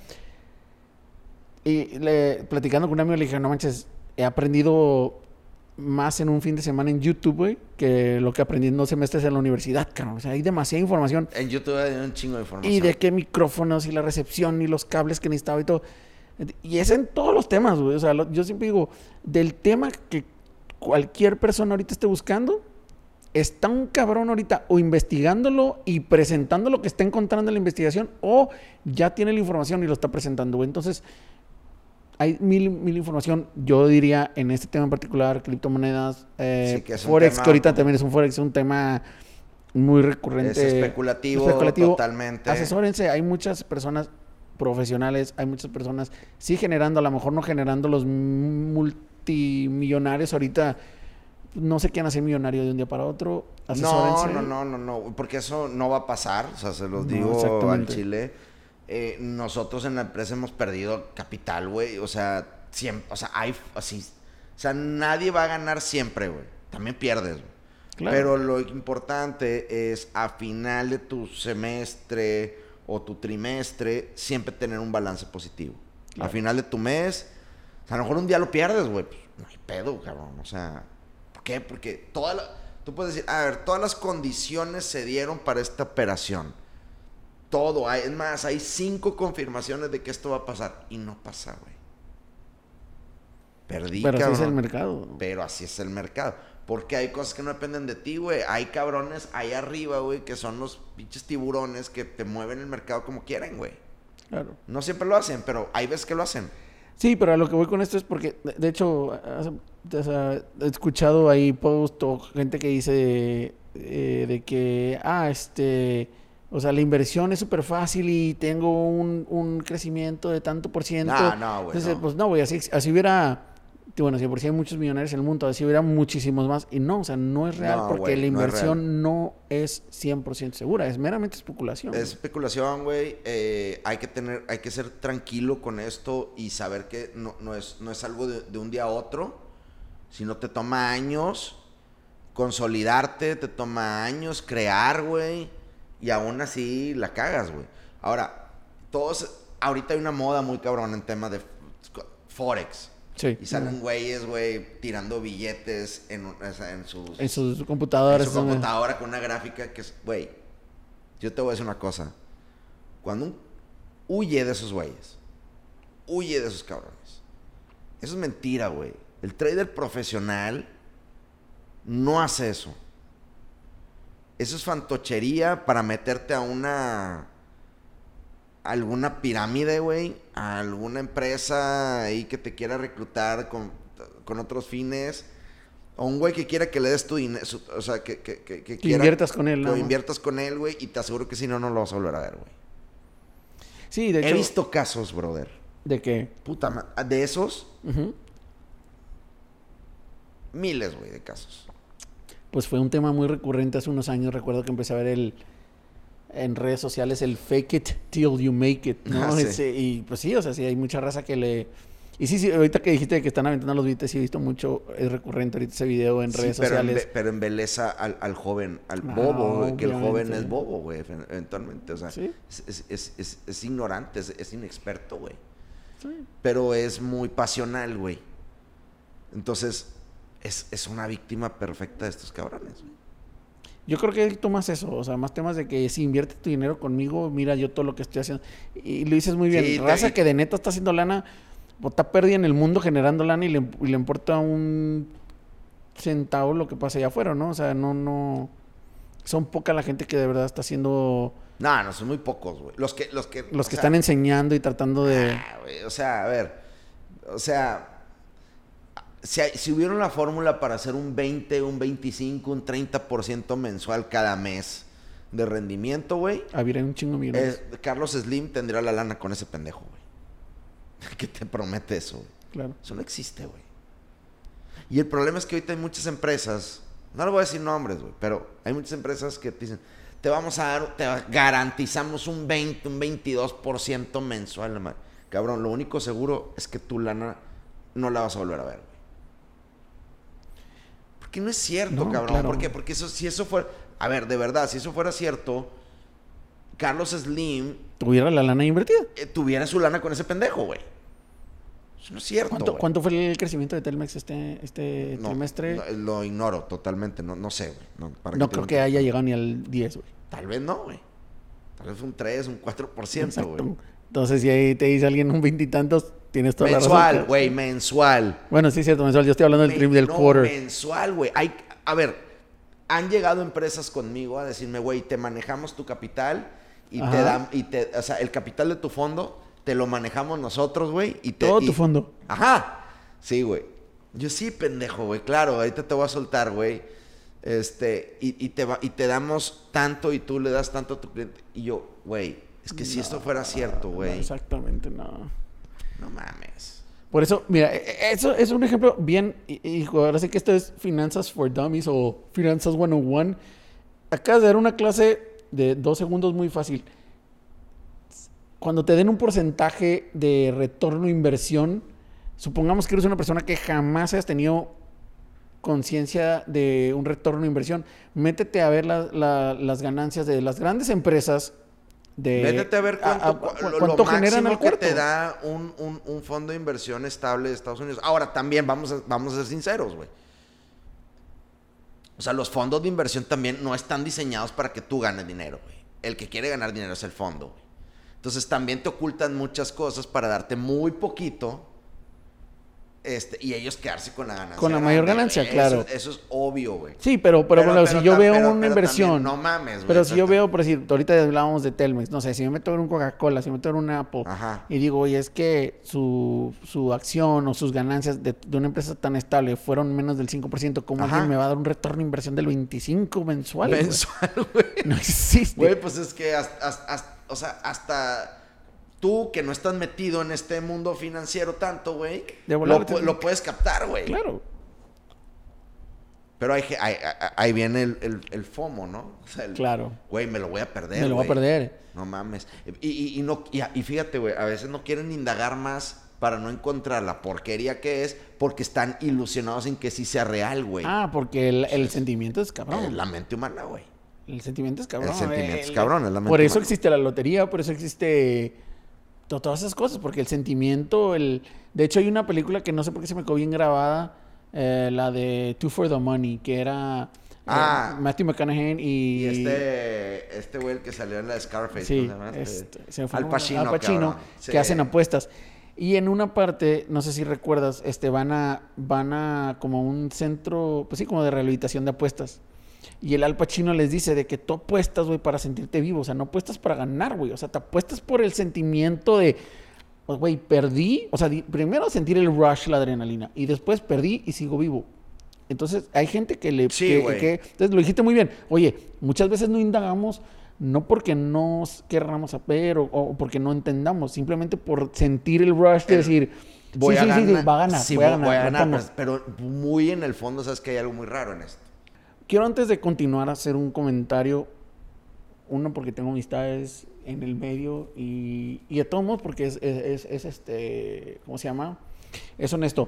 A: Y platicando con un amigo le dije, no manches, he aprendido más en un fin de semana en YouTube, güey, que lo que aprendí en 2 semestres en la universidad, cabrón. O sea, hay demasiada información.
B: En YouTube hay un chingo de información.
A: Y de qué micrófonos y la recepción y los cables que necesitaba y todo. Y es en todos los temas, güey. O sea, yo siempre digo, del tema que cualquier persona ahorita esté buscando, está un cabrón ahorita o investigándolo y presentando lo que está encontrando en la investigación o ya tiene la información y lo está presentando, güey. Entonces, hay mil información. Yo diría en este tema en particular, criptomonedas,
B: sí, que es
A: Forex,
B: tema,
A: que ahorita también es un Forex, un tema muy recurrente.
B: Es especulativo totalmente.
A: Asesórense, hay muchas personas profesionales, hay muchas personas sí generando, a lo mejor no generando los multimillonarios ahorita no se quieran hacer millonario de un día para otro. Asesórense.
B: No, porque eso no va a pasar, o sea, se los
A: No,
B: digo al
A: exactamente.
B: chile. Nosotros en la empresa hemos perdido capital, güey, o sea, siempre, o sea, hay así, o sea, nadie va a ganar siempre, güey, también pierdes, güey.
A: Claro.
B: Pero lo importante es a final de tu semestre o tu trimestre siempre tener un balance positivo.
A: Claro.
B: A final de tu mes, o sea, a lo mejor un día lo pierdes, güey, pues no hay pedo, cabrón, o sea, ¿por qué? Porque tú puedes decir, a ver, todas las condiciones se dieron para esta operación. Todo, es más, hay 5 confirmaciones de que esto va a pasar. Y no pasa, güey. Perdí,
A: Pero
B: cabrón.
A: así es el mercado.
B: Pero así es el mercado. Porque hay cosas que no dependen de ti, güey. Hay cabrones ahí arriba, güey, que son los pinches tiburones que te mueven el mercado como quieren, güey.
A: Claro.
B: No siempre lo hacen, pero hay veces que lo hacen.
A: Sí, pero a lo que voy con esto es porque, de hecho, o sea, he escuchado ahí post o gente que dice de que, o sea, la inversión es súper fácil y tengo un crecimiento de tanto por ciento.
B: No, güey.
A: Entonces, pues no, güey, así hubiera, bueno, si por si hay muchos millonarios en el mundo, así hubiera muchísimos más. Y no, o sea, no es real
B: No,
A: porque
B: güey,
A: la
B: no es
A: inversión no es 100% segura, es meramente especulación.
B: Es especulación, güey. Hay que ser tranquilo con esto y saber que no es algo de un día a otro, sino te toma años consolidarte, te toma años crear, güey, y aún así la cagas, güey. Ahora, ahorita hay una moda muy cabrón en tema de Forex.
A: Sí.
B: Y salen güeyes, güey, tirando billetes en
A: sus computadoras.
B: En su computadora con una gráfica que es, güey, yo te voy a decir una cosa. Cuando huye de esos güeyes, huye de esos cabrones. Eso es mentira, güey. El trader profesional no hace eso. Eso es fantochería para meterte a alguna pirámide, güey, a alguna empresa ahí que te quiera reclutar con otros fines, o un güey que quiera que le des tu dinero, o sea, que quiera
A: inviertas con él,
B: lo
A: ¿no?
B: inviertas con él, güey, y te aseguro que si no lo vas a volver a ver, güey.
A: Sí, de hecho.
B: He visto casos, brother.
A: ¿De qué?
B: De esos,
A: Uh-huh.
B: miles, güey, de casos.
A: Pues fue un tema muy recurrente hace unos años. Recuerdo que empecé a ver en redes sociales el fake it till you make it, ¿no?
B: Ah, sí.
A: Y pues sí, o sea, sí, hay mucha raza que le... Y sí, ahorita que dijiste que están aventando los billetes, sí he visto mucho, es recurrente ahorita ese video en redes sociales.
B: Pero embeleza al joven, al bobo, güey, que el joven es bobo, güey, eventualmente, o sea,
A: ¿Sí?
B: es ignorante, es inexperto, güey.
A: Sí.
B: Pero es muy pasional, güey. Entonces, es una víctima perfecta de estos cabrones, güey.
A: Yo creo que tú más eso, o sea, más temas de que si inviertes tu dinero conmigo, mira yo todo lo que estoy haciendo. Y lo dices muy bien,
B: Sí,
A: raza que de neta está haciendo lana, o está perdida en el mundo generando lana y le importa un centavo lo que pasa allá afuera, ¿no? O sea, no... Son poca la gente que de verdad está haciendo...
B: No, son muy pocos, güey. Los que
A: están enseñando y tratando de...
B: Güey, o sea, a ver, o sea... Si hubiera una fórmula para hacer un 20, un 25, un 30% mensual cada mes de rendimiento, güey.
A: Habría un chingo millones.
B: Carlos Slim tendría la lana con ese pendejo, güey. ¿Qué te promete eso, güey?
A: Claro.
B: Eso no existe, güey. Y el problema es que ahorita hay muchas empresas, no le voy a decir nombres, güey, pero hay muchas empresas que te dicen, te garantizamos un 20, un 22% mensual. Man. Cabrón, lo único seguro es que tu lana no la vas a volver a ver, güey. Que no es cierto,
A: no,
B: cabrón.
A: Claro.
B: ¿Por qué? Porque si eso fuera... A ver, de verdad, si eso fuera cierto, Carlos Slim...
A: ¿Tuviera la lana invertida?
B: Tuviera su lana con ese pendejo, güey. Eso no es cierto,
A: ¿Cuánto fue el crecimiento de Telmex este trimestre?
B: No, lo ignoro totalmente. No sé, güey.
A: No creo que haya llegado ni al 10, güey.
B: Tal vez no, güey. Tal vez un 3, un 4%, güey.
A: Entonces, si ahí te dice alguien un 20 y tantos... Tienes toda
B: mensual,
A: la razón.
B: Güey, mensual.
A: Bueno, sí, es cierto, mensual. Yo estoy hablando del quarter.
B: Mensual, güey. A ver, han llegado empresas conmigo a decirme, güey, te manejamos tu capital y o sea, el capital de tu fondo te lo manejamos nosotros, güey.
A: Todo tu fondo.
B: Ajá. Sí, güey. Yo sí, pendejo, güey. Claro, ahorita te voy a soltar, güey. Y te damos tanto y tú le das tanto a tu cliente. Y yo, güey, es que si esto fuera cierto, güey.
A: No, exactamente, no.
B: No mames.
A: Por eso, mira, eso es un ejemplo bien, hijo, ahora sí que esto es Finanzas for Dummies o Finanzas 101. Acabas de dar una clase de 2 segundos muy fácil. Cuando te den un porcentaje de retorno a inversión, supongamos que eres una persona que jamás has tenido conciencia de un retorno a inversión, métete a ver las ganancias de las grandes empresas.
B: Métete a ver
A: cuánto
B: lo
A: generan al
B: máximo que
A: cuarto.
B: te da un fondo de inversión estable de Estados Unidos. Ahora, también vamos a ser sinceros, güey. O sea, los fondos de inversión también no están diseñados para que tú ganes dinero, güey. El que quiere ganar dinero es el fondo, güey. Entonces, también te ocultan muchas cosas para darte muy poquito y ellos quedarse con la ganancia.
A: Con la mayor ganancia, claro.
B: Eso es obvio, güey.
A: Sí, pero si yo veo una inversión.
B: También, no mames, güey.
A: Pero si yo veo, por decir, ahorita hablábamos de Telmex, no sé, si me meto en un Coca-Cola, si me meto en un Apple,
B: Ajá.
A: y digo, oye, es que su acción o sus ganancias de una empresa tan estable fueron menos del 5%, ¿cómo
B: Ajá.
A: alguien me va a dar un retorno de inversión del 25% mensual?
B: Mensual, güey.
A: No existe.
B: Güey, pues es que hasta tú que no estás metido en este mundo financiero tanto, güey, lo puedes captar, güey.
A: Claro.
B: Pero ahí viene el FOMO, ¿no? O sea,
A: claro.
B: Güey, me lo voy a perder,
A: Me lo voy a perder.
B: No mames. Y fíjate, güey, a veces no quieren indagar más para no encontrar la porquería que es, porque están ilusionados en que sí sea real, güey.
A: Porque el sentimiento es cabrón.
B: La mente humana, güey.
A: El sentimiento es cabrón.
B: El sentimiento es cabrón, es la mente
A: Por eso
B: humana.
A: existe la lotería, por eso existe todas esas cosas, porque el sentimiento, de hecho hay una película que no sé por qué se me quedó bien grabada, la de Two for the Money, que era Matthew McConaughey
B: y este güey el que salió en la de Scarface.
A: Sí,
B: se me fue Al Pacino,
A: que hacen apuestas. Y en una parte, no sé si recuerdas, van a como un centro, pues sí, como de rehabilitación de apuestas. Y el Al Pacino les dice de que tú apuestas, güey, para sentirte vivo. O sea, no apuestas para ganar, güey. O sea, te apuestas por el sentimiento de, pues, güey, perdí. O sea, primero sentir el rush, la adrenalina. Y después perdí y sigo vivo. Entonces, hay gente que le...
B: Sí, güey.
A: Entonces, lo dijiste muy bien. Oye, muchas veces no indagamos, no porque no querramos saber o porque no entendamos. Simplemente por sentir el rush de decir...
B: Voy a ganar.
A: Va a ganar.
B: Sí,
A: voy a ganar.
B: Pero muy en el fondo, sabes que hay algo muy raro en esto.
A: Quiero antes de continuar a hacer un comentario, uno porque tengo amistades en el medio y de todos modos porque es ¿cómo se llama? Es honesto.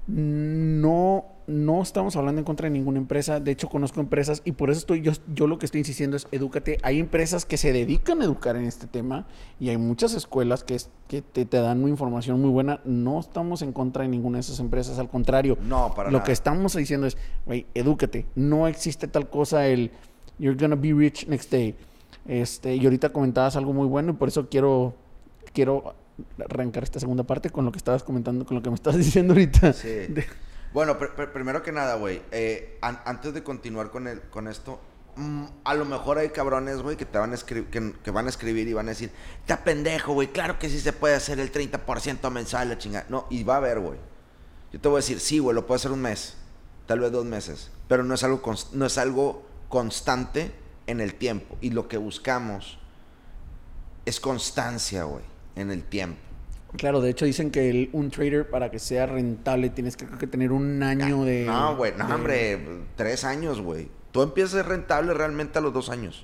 A: No estamos hablando en contra de ninguna empresa. De hecho, conozco empresas y por eso yo lo que estoy insistiendo es edúcate. Hay empresas que se dedican a educar en este tema y hay muchas escuelas que te dan una información muy buena. No estamos en contra de ninguna de esas empresas. Al contrario,
B: no, para nada.
A: Lo que estamos diciendo es, güey, edúcate. No existe tal cosa you're gonna be rich next day. Y ahorita comentabas algo muy bueno y por eso quiero arrancar esta segunda parte con lo que estabas comentando, con lo que me estabas diciendo ahorita.
B: Sí. Bueno, primero que nada, güey, antes de continuar con esto, a lo mejor hay cabrones, güey, que te van a escribir, que van a escribir y van a decir, está pendejo, güey, claro que sí se puede hacer el 30% mensual, la chingada. No, y va a haber, güey. Yo te voy a decir, sí, güey, lo puedo hacer un mes, tal vez 2 meses, pero no es algo constante en el tiempo. Y lo que buscamos es constancia, güey, en el tiempo.
A: Claro, de hecho dicen que un trader para que sea rentable tienes que tener un año de...
B: No, güey, hombre, 3 años, güey. Tú empiezas a ser rentable realmente a los 2 años.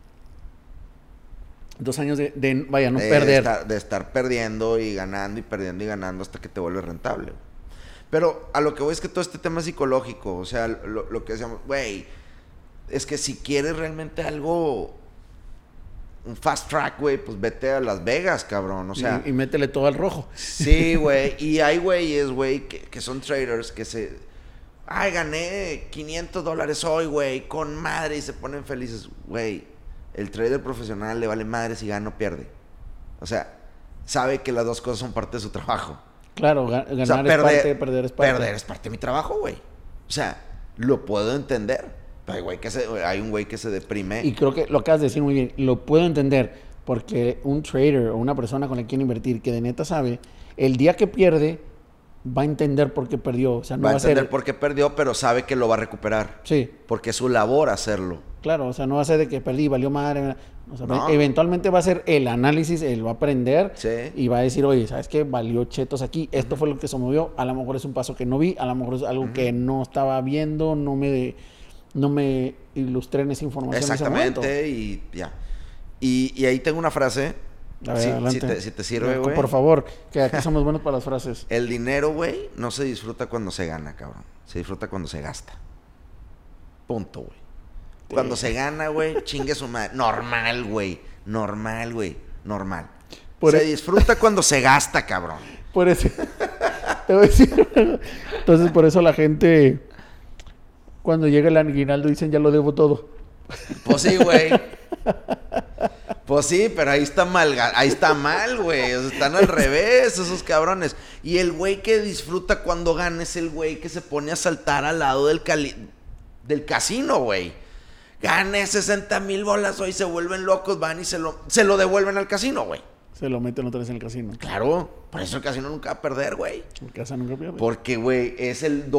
A: 2 años de vaya, no perder.
B: De estar perdiendo y ganando y perdiendo y ganando hasta que te vuelves rentable. Pero a lo que voy es que todo este tema es psicológico. O sea, lo que decíamos, güey, es que si quieres realmente algo... un fast track, güey, pues vete a Las Vegas, cabrón, o sea...
A: Y métele todo al rojo.
B: Sí, güey, y hay güeyes, güey, que son traders que ay, gané $500 hoy, güey, con madre, y se ponen felices. Güey, el trader profesional le vale madre si gana o pierde. O sea, sabe que las dos cosas son parte de su trabajo.
A: Claro, ganar
B: es parte,
A: perder es parte.
B: Perder es parte de mi trabajo, güey. O sea, lo puedo entender. Hay un güey que se deprime.
A: Y creo que lo acabas de decir muy bien. Lo puedo entender porque un trader o una persona con la que quiere invertir que de neta sabe, el día que pierde, va a entender por qué perdió. O sea, no
B: Va a
A: va a ser...
B: entender por qué perdió, pero sabe que lo va a recuperar.
A: Sí,
B: Porque es su labor hacerlo.
A: claro. O sea, no va a ser de que perdí, valió madre. O sea,
B: No.
A: eventualmente va a ser el análisis, él va a aprender
B: Sí.
A: y va a decir, oye, ¿sabes qué? Valió chetos aquí. Esto fue lo que se movió. A lo mejor es un paso que no vi. A lo mejor es algo que no estaba viendo. No me ilustré en esa información.
B: Exactamente, y ya. Y ahí tengo una frase.
A: A ver, adelante.
B: Si te sirve, güey.
A: Por favor, que aquí somos buenos para las frases.
B: El dinero, güey, no se disfruta cuando se gana, cabrón. Se disfruta cuando se gasta. Punto, güey. Cuando se gana, güey, chingue su madre. Normal, güey. Normal, güey. Normal. Se disfruta cuando se gasta, cabrón.
A: Por eso. Te voy a decir. Entonces, por eso la gente, cuando llega el aguinaldo, dicen, ya lo debo todo.
B: Pues sí, güey. Pues sí, pero ahí está mal, güey. O sea, están al revés esos cabrones. Y el güey que disfruta cuando gana es el güey que se pone a saltar al lado del casino, güey. Gané 60,000 bolas hoy, se vuelven locos, van y se lo devuelven al casino, güey.
A: Se lo meten otra vez en el casino.
B: Claro, por eso el casino nunca va a perder, güey.
A: El casino nunca pierde.
B: Porque, güey, es el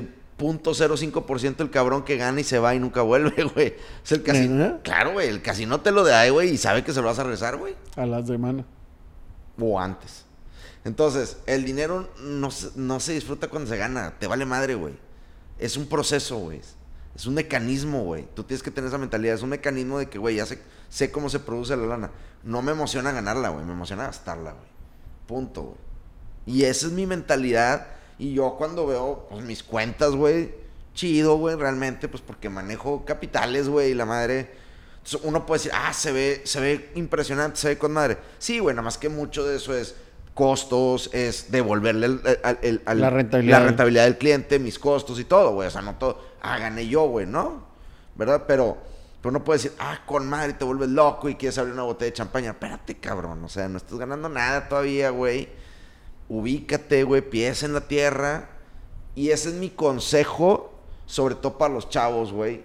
B: 0.05% el cabrón que gana y se va y nunca vuelve, güey. Es el casino.
A: ¿Verdad?
B: Claro, güey, el casino te lo da, güey, y sabe que se lo vas a regresar, güey.
A: A la semana.
B: O antes. Entonces, el dinero no se disfruta cuando se gana. Te vale madre, güey. Es un proceso, güey. Es un mecanismo, güey. Tú tienes que tener esa mentalidad. Es un mecanismo de que, güey, ya sé cómo se produce la lana. No me emociona ganarla, güey. Me emociona gastarla, güey. Punto, güey. Y esa es mi mentalidad. Y yo cuando veo pues, mis cuentas, güey, chido, güey, realmente, pues porque manejo capitales, güey, y la madre. Entonces, uno puede decir, se ve impresionante, se ve con madre. Sí, güey, nada más que mucho de eso es costos, es devolverle
A: la rentabilidad
B: del cliente, mis costos y todo, güey. O sea, no todo, gané yo, güey, ¿no? ¿Verdad? Pero uno puede decir, con madre, te vuelves loco y quieres abrir una botella de champaña. Espérate, cabrón, o sea, no estás ganando nada todavía, güey. Ubícate, güey, pies en la tierra. Y ese es mi consejo, sobre todo para los chavos, güey.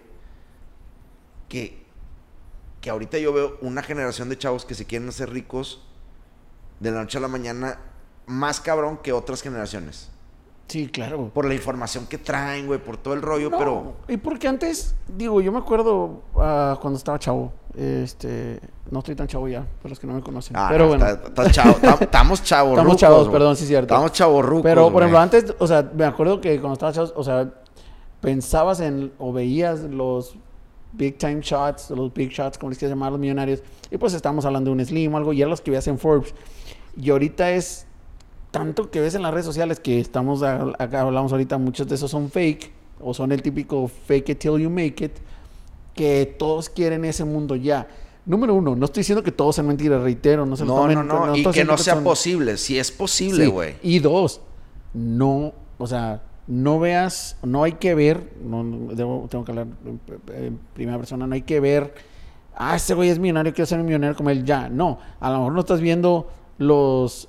B: Que ahorita yo veo una generación de chavos que se quieren hacer ricos de la noche a la mañana, más cabrón que otras generaciones.
A: Sí, claro.
B: Por la información que traen, güey, por todo el rollo,
A: No,
B: pero...
A: Y porque antes, digo, yo me acuerdo cuando estaba chavo. No estoy tan chavo ya, para los que no me conocen. Pero
B: no,
A: bueno.
B: Estamos chavos.
A: Estamos chavos, perdón, sí es cierto.
B: Estamos chavorrucos,
A: Pero, por ejemplo, antes, o sea, me acuerdo que cuando estaba chavos, o sea, pensabas en, o veías los big time shots, los big shots, como les quieras llamar, los millonarios, y pues estábamos hablando de un Slim o algo, y eran los que veías en Forbes. Y ahorita es tanto que ves en las redes sociales que estamos, acá hablamos ahorita, muchos de esos son fake, o son el típico fake it till you make it, que todos quieren ese mundo ya. Número uno, no estoy diciendo que todos sean mentiras, reitero, no se lo tomen.
B: No, y que no sea posible, si es posible, güey. Sí.
A: Y dos, no, o sea, no veas, no hay que ver, tengo que hablar en primera persona, no hay que ver, ese güey es millonario, quiero ser un millonario como él, ya, no, a lo mejor no estás viendo los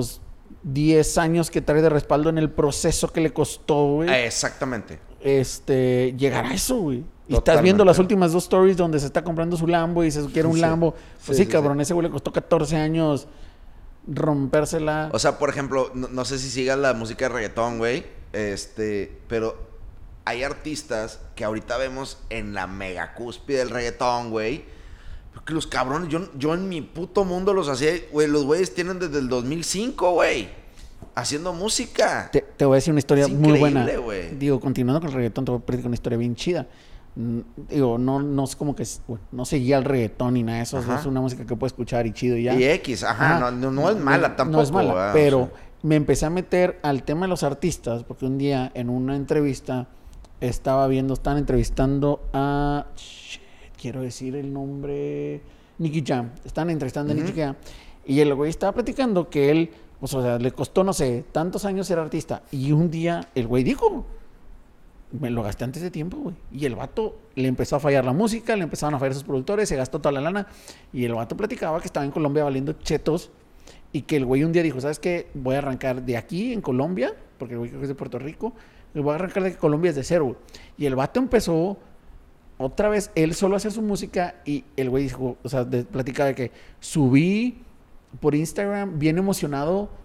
A: 10 años que trae de respaldo en el proceso que le costó, güey.
B: Exactamente.
A: Llegar a eso, güey. Y estás viendo las últimas 2 stories donde se está comprando su Lambo y se quiere un Lambo. Pues sí, cabrón, ese güey le costó 14 años rompérsela.
B: O sea, por ejemplo, no sé si sigas la música de reggaetón, güey. Pero hay artistas que ahorita vemos en la mega cúspide del reggaetón, güey. Porque los cabrones, yo en mi puto mundo los hacía, güey, los güeyes tienen desde el 2005, güey, haciendo música.
A: Te voy a decir una historia muy buena.
B: Wey.
A: Digo, continuando con el reggaetón, te voy a pedir una historia bien chida. Digo, no es como que, bueno, no seguía el reggaetón ni nada de eso, es una música que puedo escuchar y chido y ya.
B: Y no es mala tampoco.
A: No es mala, pero me empecé a meter al tema de los artistas, porque un día en una entrevista estaban entrevistando a... quiero decir el nombre, Nicky Jam. Están entrevistando a Nicky Jam. Y el güey estaba platicando que él, pues, o sea, le costó, no sé, tantos años ser artista. Y un día el güey dijo, me lo gasté antes de tiempo, güey. Y el vato le empezó a fallar la música, le empezaron a fallar sus productores, se gastó toda la lana. Y el vato platicaba que estaba en Colombia valiendo chetos. Y que el güey un día dijo, ¿sabes qué? Voy a arrancar de aquí, en Colombia, porque el güey creo que es de Puerto Rico. Y voy a arrancar de Colombia desde cero, güey. Y el vato empezó... otra vez, él solo hacer su música y el güey dijo, o sea, platicaba de que subí por Instagram bien emocionado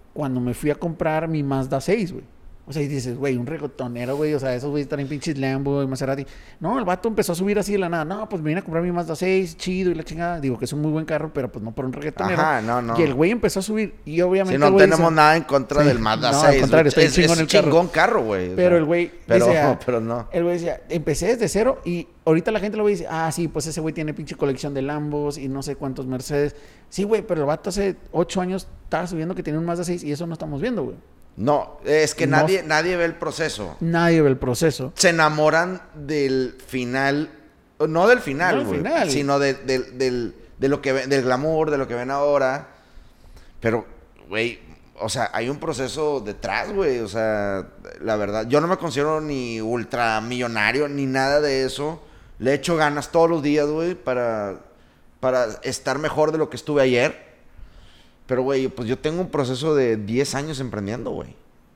A: cuando me fui a comprar mi Mazda 6, güey. O sea, y dices, güey, un reggaetonero, güey. O sea, esos güeyes están en pinches Lambo y Maserati. No, el vato empezó a subir así de la nada. No, pues me vine a comprar mi Mazda 6, chido y la chingada. Digo que es un muy buen carro, pero pues no por un reggaetonero.
B: Ajá, no.
A: Y el güey empezó a subir. Y obviamente,
B: Sí, no
A: güey,
B: tenemos nada en contra del Mazda 6.
A: Al contrario, está
B: es
A: chingón el carro.
B: chingón carro, güey.
A: Pero el güey decía...
B: Pero no.
A: El güey decía, empecé desde cero y ahorita la gente lo ve y dice, ah, sí, pues ese güey tiene pinche colección de Lambos y no sé cuántos Mercedes. Sí, güey, pero el vato hace 8 años estaba subiendo que tiene un Mazda 6 y eso no estamos viendo, güey.
B: No, es que nadie ve el proceso.
A: Nadie ve el proceso.
B: Se enamoran del final, no del final, güey, sino de lo que ven, del glamour, de lo que ven ahora. Pero, güey, o sea, hay un proceso detrás, güey. O sea, la verdad, yo no me considero ni ultramillonario ni nada de eso. Le echo ganas todos los días, güey, para estar mejor de lo que estuve ayer. Pero, güey, pues yo tengo un proceso de 10 años emprendiendo, güey.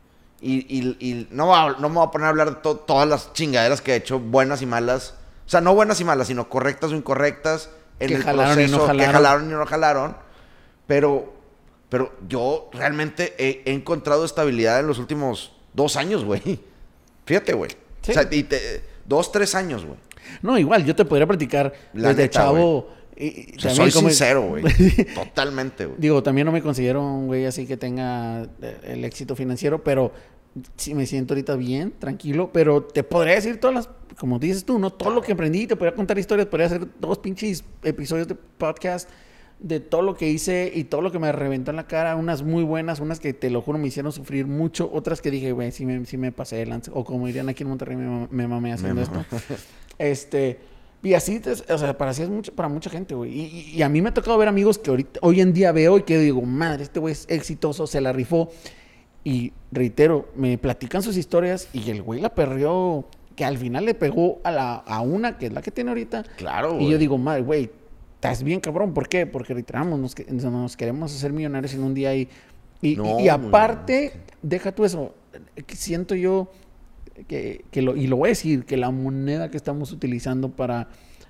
B: Y no me voy a poner a hablar de todas las chingaderas que he hecho, buenas y malas. O sea, no buenas y malas, sino correctas o incorrectas. En
A: que
B: el
A: jalaron
B: proceso,
A: y no jalaron.
B: que jalaron y no jalaron. Pero yo realmente he encontrado estabilidad en los últimos 2 años, güey. Fíjate, güey.
A: Sí.
B: O sea, 2, 3 años, güey.
A: No, igual, yo te podría platicar
B: La
A: desde
B: neta,
A: chavo...
B: O sea, soy sincero, güey. Totalmente, güey.
A: Digo, también no me considero un güey así que tenga el éxito financiero, pero sí me siento ahorita bien, tranquilo. Pero te podría decir todas las, como dices tú, ¿no? Todo lo que aprendí, te podría contar historias, podría hacer 2 pinches episodios de podcast de todo lo que hice y todo lo que me reventó en la cara. Unas muy buenas, unas que te lo juro me hicieron sufrir mucho, otras que dije, güey, sí me pasé de lanza. O como dirían aquí en Monterrey, me mamé haciendo esto. Y así, o sea, para mucha gente, güey. Y a mí me ha tocado ver amigos que hoy en día veo y que digo, madre, este güey es exitoso, se la rifó. Y reitero, me platican sus historias y el güey la perreó, que al final le pegó a una, que es la que tiene ahorita.
B: Claro, güey.
A: Y yo digo, madre, güey, estás bien cabrón. ¿Por qué? Porque reiteramos, nos queremos hacer millonarios en un día y aparte, deja tú eso, siento yo... y lo voy a decir, que la moneda que estamos utilizando para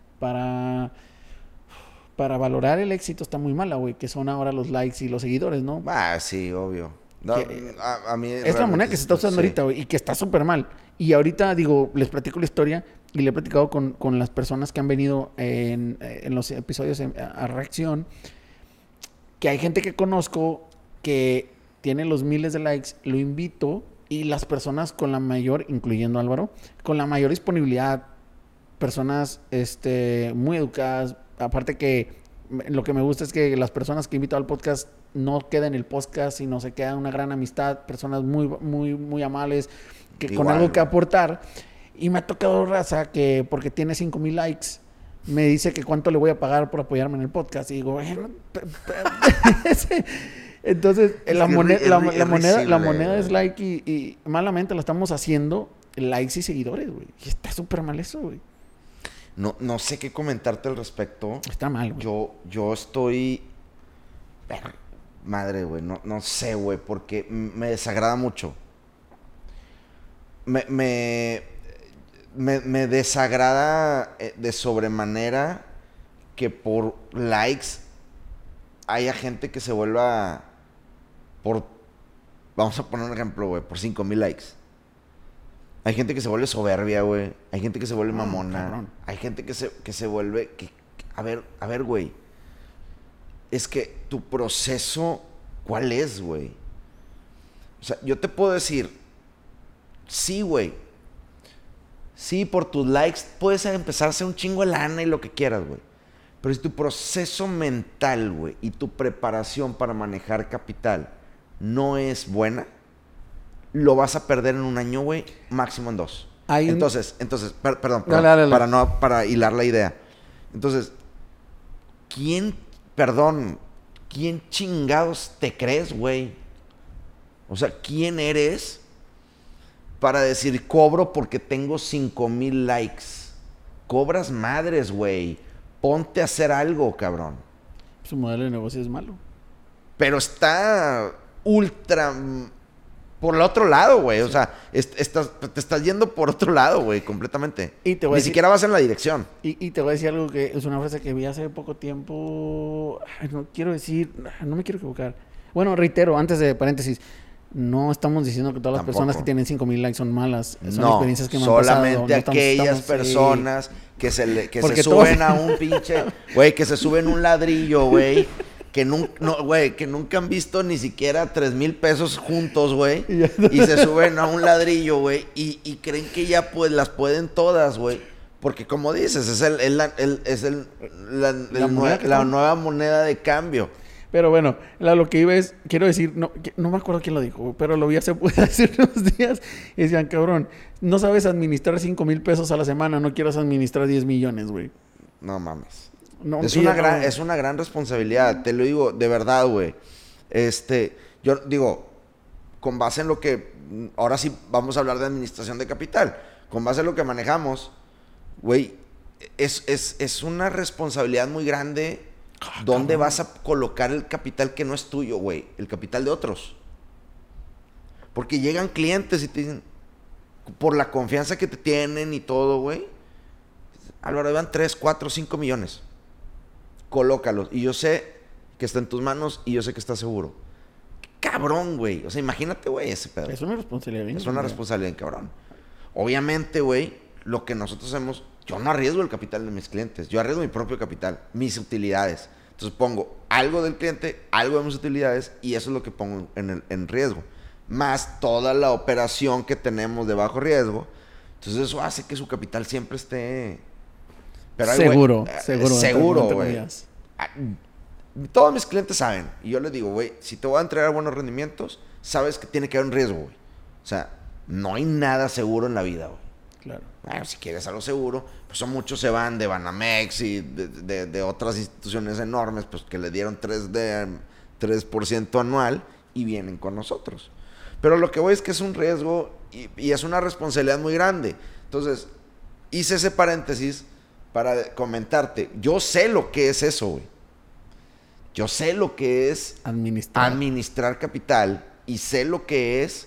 A: valorar el éxito está muy mala, güey, que son ahora los likes y los seguidores, ¿no?
B: Ah, sí, obvio. No, a mí
A: es la moneda que se está usando ahorita, güey, y que está súper mal. Y ahorita, digo, les platico la historia y le he platicado con las personas que han venido en los episodios a reacción, que hay gente que conozco que tiene los miles de likes, lo invito. Y las personas con la mayor, incluyendo Álvaro, con la mayor disponibilidad, personas muy educadas. Aparte que lo que me gusta es que las personas que invito al podcast no quedan en el podcast, sino se queda una gran amistad, personas muy, muy, muy amables, que igual, con algo que aportar. Y me ha tocado raza que porque tiene 5,000 likes, me dice que cuánto le voy a pagar por apoyarme en el podcast. Y digo, entonces, la moneda es like y malamente la estamos haciendo likes y seguidores, güey. Y está súper mal eso, güey.
B: No sé qué comentarte al respecto.
A: Está mal, güey.
B: Yo estoy... Madre, güey. No sé, güey. Porque me desagrada mucho. Me desagrada de sobremanera que por likes haya gente que se vuelva... Vamos a poner un ejemplo, güey. Por 5,000 likes. Hay gente que se vuelve soberbia, güey. Hay gente que se vuelve mamona. Cabrón. Hay gente que se vuelve... A ver, güey. Es que tu proceso... ¿Cuál es, güey? O sea, yo te puedo decir... Sí, güey. Sí, por tus likes puedes empezar a hacer un chingo de lana y lo que quieras, güey. Pero si tu proceso mental, güey, y tu preparación para manejar capital no es buena, lo vas a perder en un año, güey, máximo en 2. Entonces, perdón, para hilar la idea. Entonces, ¿quién chingados te crees, güey? O sea, ¿quién eres para decir cobro porque tengo 5,000 likes? Cobras madres, güey. Ponte a hacer algo, cabrón.
A: Su modelo de negocio es malo.
B: Pero está ultra... por el otro lado, güey. O sea, te estás yendo por otro lado, güey, completamente. Ni siquiera vas en la dirección.
A: Y te voy a decir algo que es una frase que vi hace poco tiempo. No me quiero equivocar. Bueno, reitero, antes de paréntesis, no estamos diciendo que todas las personas que
B: Tampoco.
A: tienen 5,000 likes son malas. Son
B: No,
A: experiencias que me han pasado.
B: solamente
A: No estamos-
B: aquellas
A: estamos-
B: personas que
A: Porque
B: se
A: todos-
B: suben a un pinche, güey, que se suben un ladrillo, güey, que nunca han visto ni siquiera 3,000 pesos juntos, güey, y se suben a un ladrillo, güey, y creen que ya pues las pueden todas, güey, porque como dices, la nueva moneda de cambio.
A: Pero bueno, lo que iba es, quiero decir, no me acuerdo quién lo dijo, pero lo vi hace unos días y decían, cabrón, no sabes administrar 5,000 pesos a la semana, no quieras administrar 10 millones, güey.
B: No mames.
A: No,
B: Es
A: y
B: una
A: ya
B: gran,
A: no-
B: es una gran responsabilidad, te lo digo de verdad, güey. Yo digo, con base en lo que, ahora sí vamos a hablar de administración de capital, con base en lo que manejamos, güey, es una responsabilidad muy grande. ¿Dónde vas a colocar el capital que no es tuyo, güey? El capital de otros. Porque llegan clientes y te dicen, por la confianza que te tienen y todo, güey, Álvaro, van 3, 4, 5 millones. Colócalos. Y yo sé que está en tus manos y yo sé que estás seguro. Cabrón, güey. O sea, imagínate, güey, ese pedo.
A: Es una responsabilidad. bien
B: Es una
A: grande.
B: responsabilidad, cabrón. Obviamente, güey, lo que nosotros hacemos, yo no arriesgo el capital de mis clientes, yo arriesgo mi propio capital, mis utilidades. Entonces pongo algo del cliente, algo de mis utilidades y eso es lo que pongo en riesgo. Más toda la operación que tenemos de bajo riesgo. Entonces eso hace que su capital siempre esté... Pero hay,
A: Seguro,
B: güey,
A: seguro.
B: seguro,
A: entre
B: güey.
A: comillas.
B: Todos mis clientes saben. Y yo les digo, güey, si te voy a entregar buenos rendimientos, sabes que tiene que haber un riesgo, güey. O sea, no hay nada seguro en la vida, güey.
A: Claro.
B: Bueno, si quieres algo seguro, pues son muchos se van de Banamex y de otras instituciones enormes, pues que le dieron 3% anual y vienen con nosotros. Pero lo que voy es que es un riesgo y es una responsabilidad muy grande. Entonces, hice ese paréntesis para comentarte. Yo sé lo que es eso, güey. Yo sé lo que es administrar capital y sé lo que es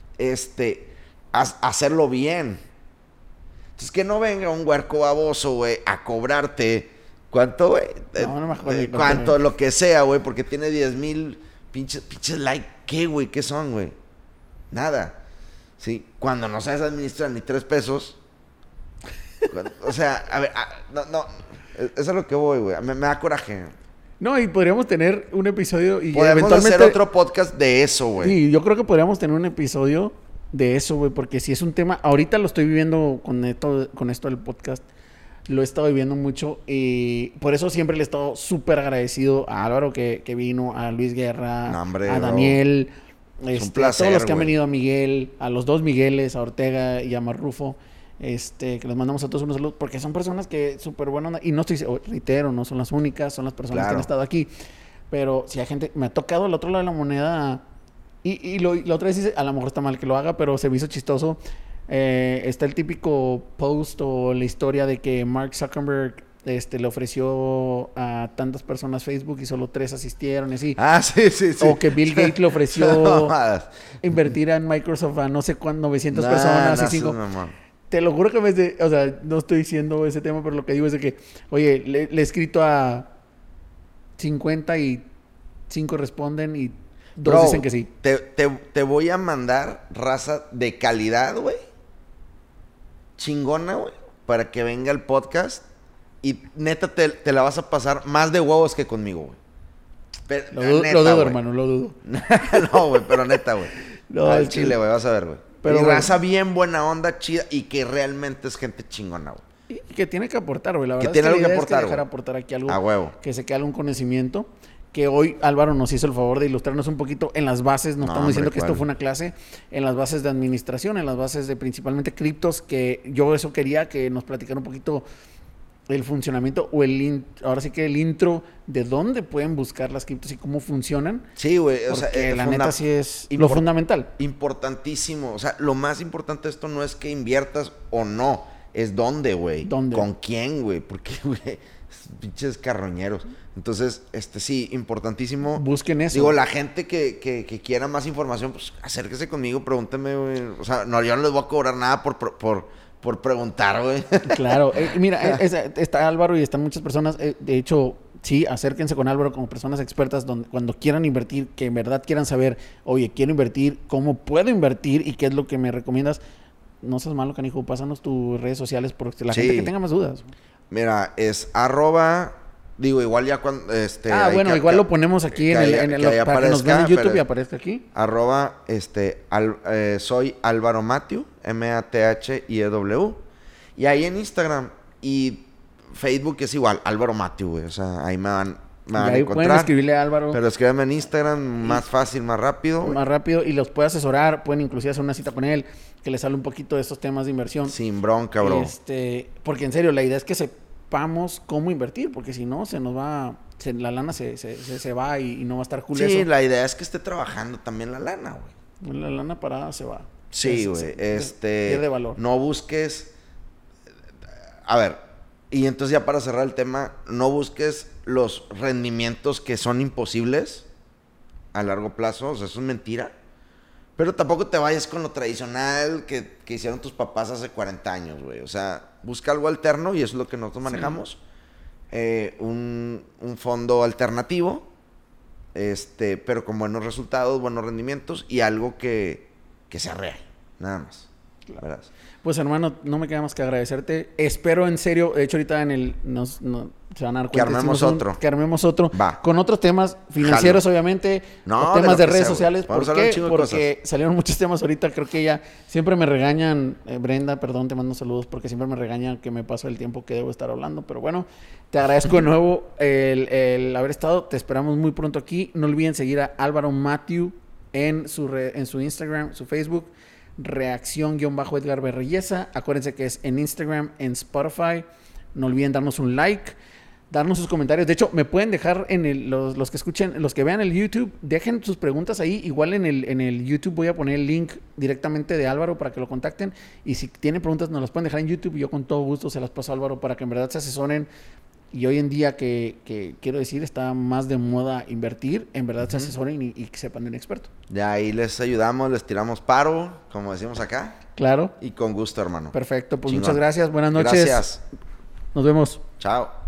B: hacerlo bien. Entonces, que no venga un huerco baboso, güey, a cobrarte ¿cuánto, güey?
A: No me acuerdo.
B: ¿Cuánto? Lo que sea, güey, porque tiene 10,000 pinches like. ¿Qué, güey? ¿Qué son, güey? Nada. Sí, cuando no sabes administrar ni 3 pesos. O sea, a ver, no. Eso es lo que voy, güey. Me da coraje.
A: No, y podríamos tener un episodio y
B: Podemos
A: eventualmente...
B: hacer otro podcast de eso, güey.
A: Sí, yo creo que podríamos tener un episodio de eso, güey, porque si es un tema... Ahorita lo estoy viviendo con esto del podcast. Lo he estado viviendo mucho y por eso siempre le he estado súper agradecido a Álvaro que vino, a Luis Guerra,
B: No, hombre,
A: a
B: bro.
A: Daniel,
B: un placer,
A: a todos los que han
B: güey.
A: venido, a Miguel, a los dos Migueles, a Ortega y a Marrufo. Que les mandamos a todos unos saludos porque son personas que súper buenas onda, y no estoy, reitero, no son las únicas, son las personas que
B: Claro.
A: han estado aquí, pero si hay gente, me ha tocado al otro lado de la moneda y la otra vez dice, a lo mejor está mal que lo haga, pero se me hizo chistoso. Está el típico post o la historia de que Mark Zuckerberg le ofreció a tantas personas Facebook y solo 3 asistieron y así.
B: Ah, sí.
A: O que Bill Gates le
B: No
A: ofreció
B: mamadas.
A: invertir en Microsoft a no sé cuánto, 900
B: Nah,
A: personas
B: no
A: y 5.
B: seas mamón.
A: Te lo juro que o sea, no estoy diciendo ese tema, pero lo que digo es de que, oye, le he escrito a 55 responden y 2
B: Bro,
A: dicen que sí.
B: Te voy a mandar raza de calidad, güey. Chingona, güey. Para que venga el podcast. Y neta te la vas a pasar más de huevos que conmigo, güey.
A: Lo dudo,
B: güey.
A: hermano, lo dudo.
B: No, güey, pero neta, güey.
A: No,
B: Al
A: es que-
B: chile, güey, vas a ver, güey.
A: Pero,
B: Y
A: güey.
B: raza bien buena onda, chida. Y que realmente es gente chingona, güey.
A: Y que tiene que aportar, güey. La
B: Que
A: verdad
B: tiene
A: es
B: algo
A: que
B: que
A: la idea
B: aportar,
A: es dejar
B: güey.
A: aportar aquí algo
B: A huevo.
A: que se quede algún conocimiento. Que hoy Álvaro nos hizo el favor de ilustrarnos un poquito en las bases. No,
B: No,
A: estamos
B: hombre,
A: diciendo que esto
B: ¿cuál?
A: fue una clase. En las bases de administración, en las bases de principalmente criptos. Que yo eso quería que nos platicara un poquito el funcionamiento o ahora sí que el intro de dónde pueden buscar las criptos y cómo funcionan.
B: Sí, güey. O
A: Porque
B: sea,
A: la neta sí es lo
B: import-
A: fundamental.
B: Importantísimo. O sea, lo más importante de esto no es que inviertas o no. Es dónde, güey.
A: ¿Dónde?
B: ¿Con quién, güey? Porque, güey, pinches carroñeros. Entonces, sí, importantísimo.
A: Busquen eso.
B: Digo, la gente que quiera más información, pues acérquese conmigo, pregúnteme, güey. O sea, no, yo no les voy a cobrar nada por preguntar, güey.
A: Claro, mira, está Álvaro y están muchas personas. De hecho, Sí, acérquense con Álvaro como personas expertas cuando quieran invertir, que en verdad quieran saber, oye, quiero invertir, ¿cómo puedo invertir y qué es lo que me recomiendas? No seas malo, canijo, pásanos tus redes sociales porque la gente que tenga más dudas.
B: Mira, es igual ya cuando...
A: bueno, igual lo ponemos aquí para que nos vean en YouTube y aparezca aquí.
B: Soy Álvaro Matthew, Mathiew. Y ahí en Instagram y Facebook es igual, Álvaro Matthew, güey. O sea, ahí me van a
A: ahí
B: encontrar.
A: Pueden escribirle a Álvaro.
B: Pero escríbanme en Instagram, más fácil, más rápido.
A: Más rápido y los puede asesorar. Pueden inclusive hacer una cita con él, que les hable un poquito de estos temas de inversión.
B: Sin bronca, bro.
A: Porque en serio, la idea es que sepamos cómo invertir, porque si no, se nos va... la lana se va y no va a estar cool eso.
B: Sí, la idea es que esté trabajando también la lana, güey.
A: La lana parada se va.
B: Sí, güey.
A: Pierde valor.
B: No busques... A ver, y entonces ya para cerrar el tema, no busques los rendimientos que son imposibles a largo plazo. O sea, eso es mentira. Pero tampoco te vayas con lo tradicional que hicieron tus papás hace 40 años, güey. O sea, busca algo alterno y eso es lo que nosotros manejamos. Un fondo alternativo, pero con buenos resultados, buenos rendimientos y algo que sea real, nada más. Claro.
A: Pues hermano, no me queda más que agradecerte. Espero en serio, de hecho ahorita se van a dar cuenta. Que armemos otro.
B: Va.
A: Con otros temas financieros, obviamente.
B: No,
A: temas de redes sociales. ¿Por qué?
B: Porque
A: salieron muchos temas ahorita. Creo que ya siempre me regañan. Brenda, perdón, te mando saludos porque siempre me regañan que me paso el tiempo que debo estar hablando. Pero bueno, te agradezco de nuevo el haber estado. Te esperamos muy pronto aquí. No olviden seguir a Álvaro Matthew en su Instagram, su Facebook. Reacción-Edgar Berreyesa. Acuérdense que es en Instagram, en Spotify. No olviden darnos un like, darnos sus comentarios. De hecho, me pueden dejar los que escuchen, los que vean el YouTube, dejen sus preguntas ahí. Igual en el YouTube voy a poner el link directamente de Álvaro para que lo contacten. Y si tienen preguntas, nos las pueden dejar en YouTube y yo con todo gusto se las paso a Álvaro para que en verdad se asesoren. Y hoy en día que quiero decir, está más de moda invertir, en verdad se asesoren y que sepan de un experto.
B: Ya ahí les ayudamos, les tiramos paro, como decimos acá.
A: Claro.
B: Y con gusto, hermano.
A: Perfecto, pues
B: Chingón.
A: Muchas gracias, buenas noches.
B: Gracias.
A: Nos vemos.
B: Chao.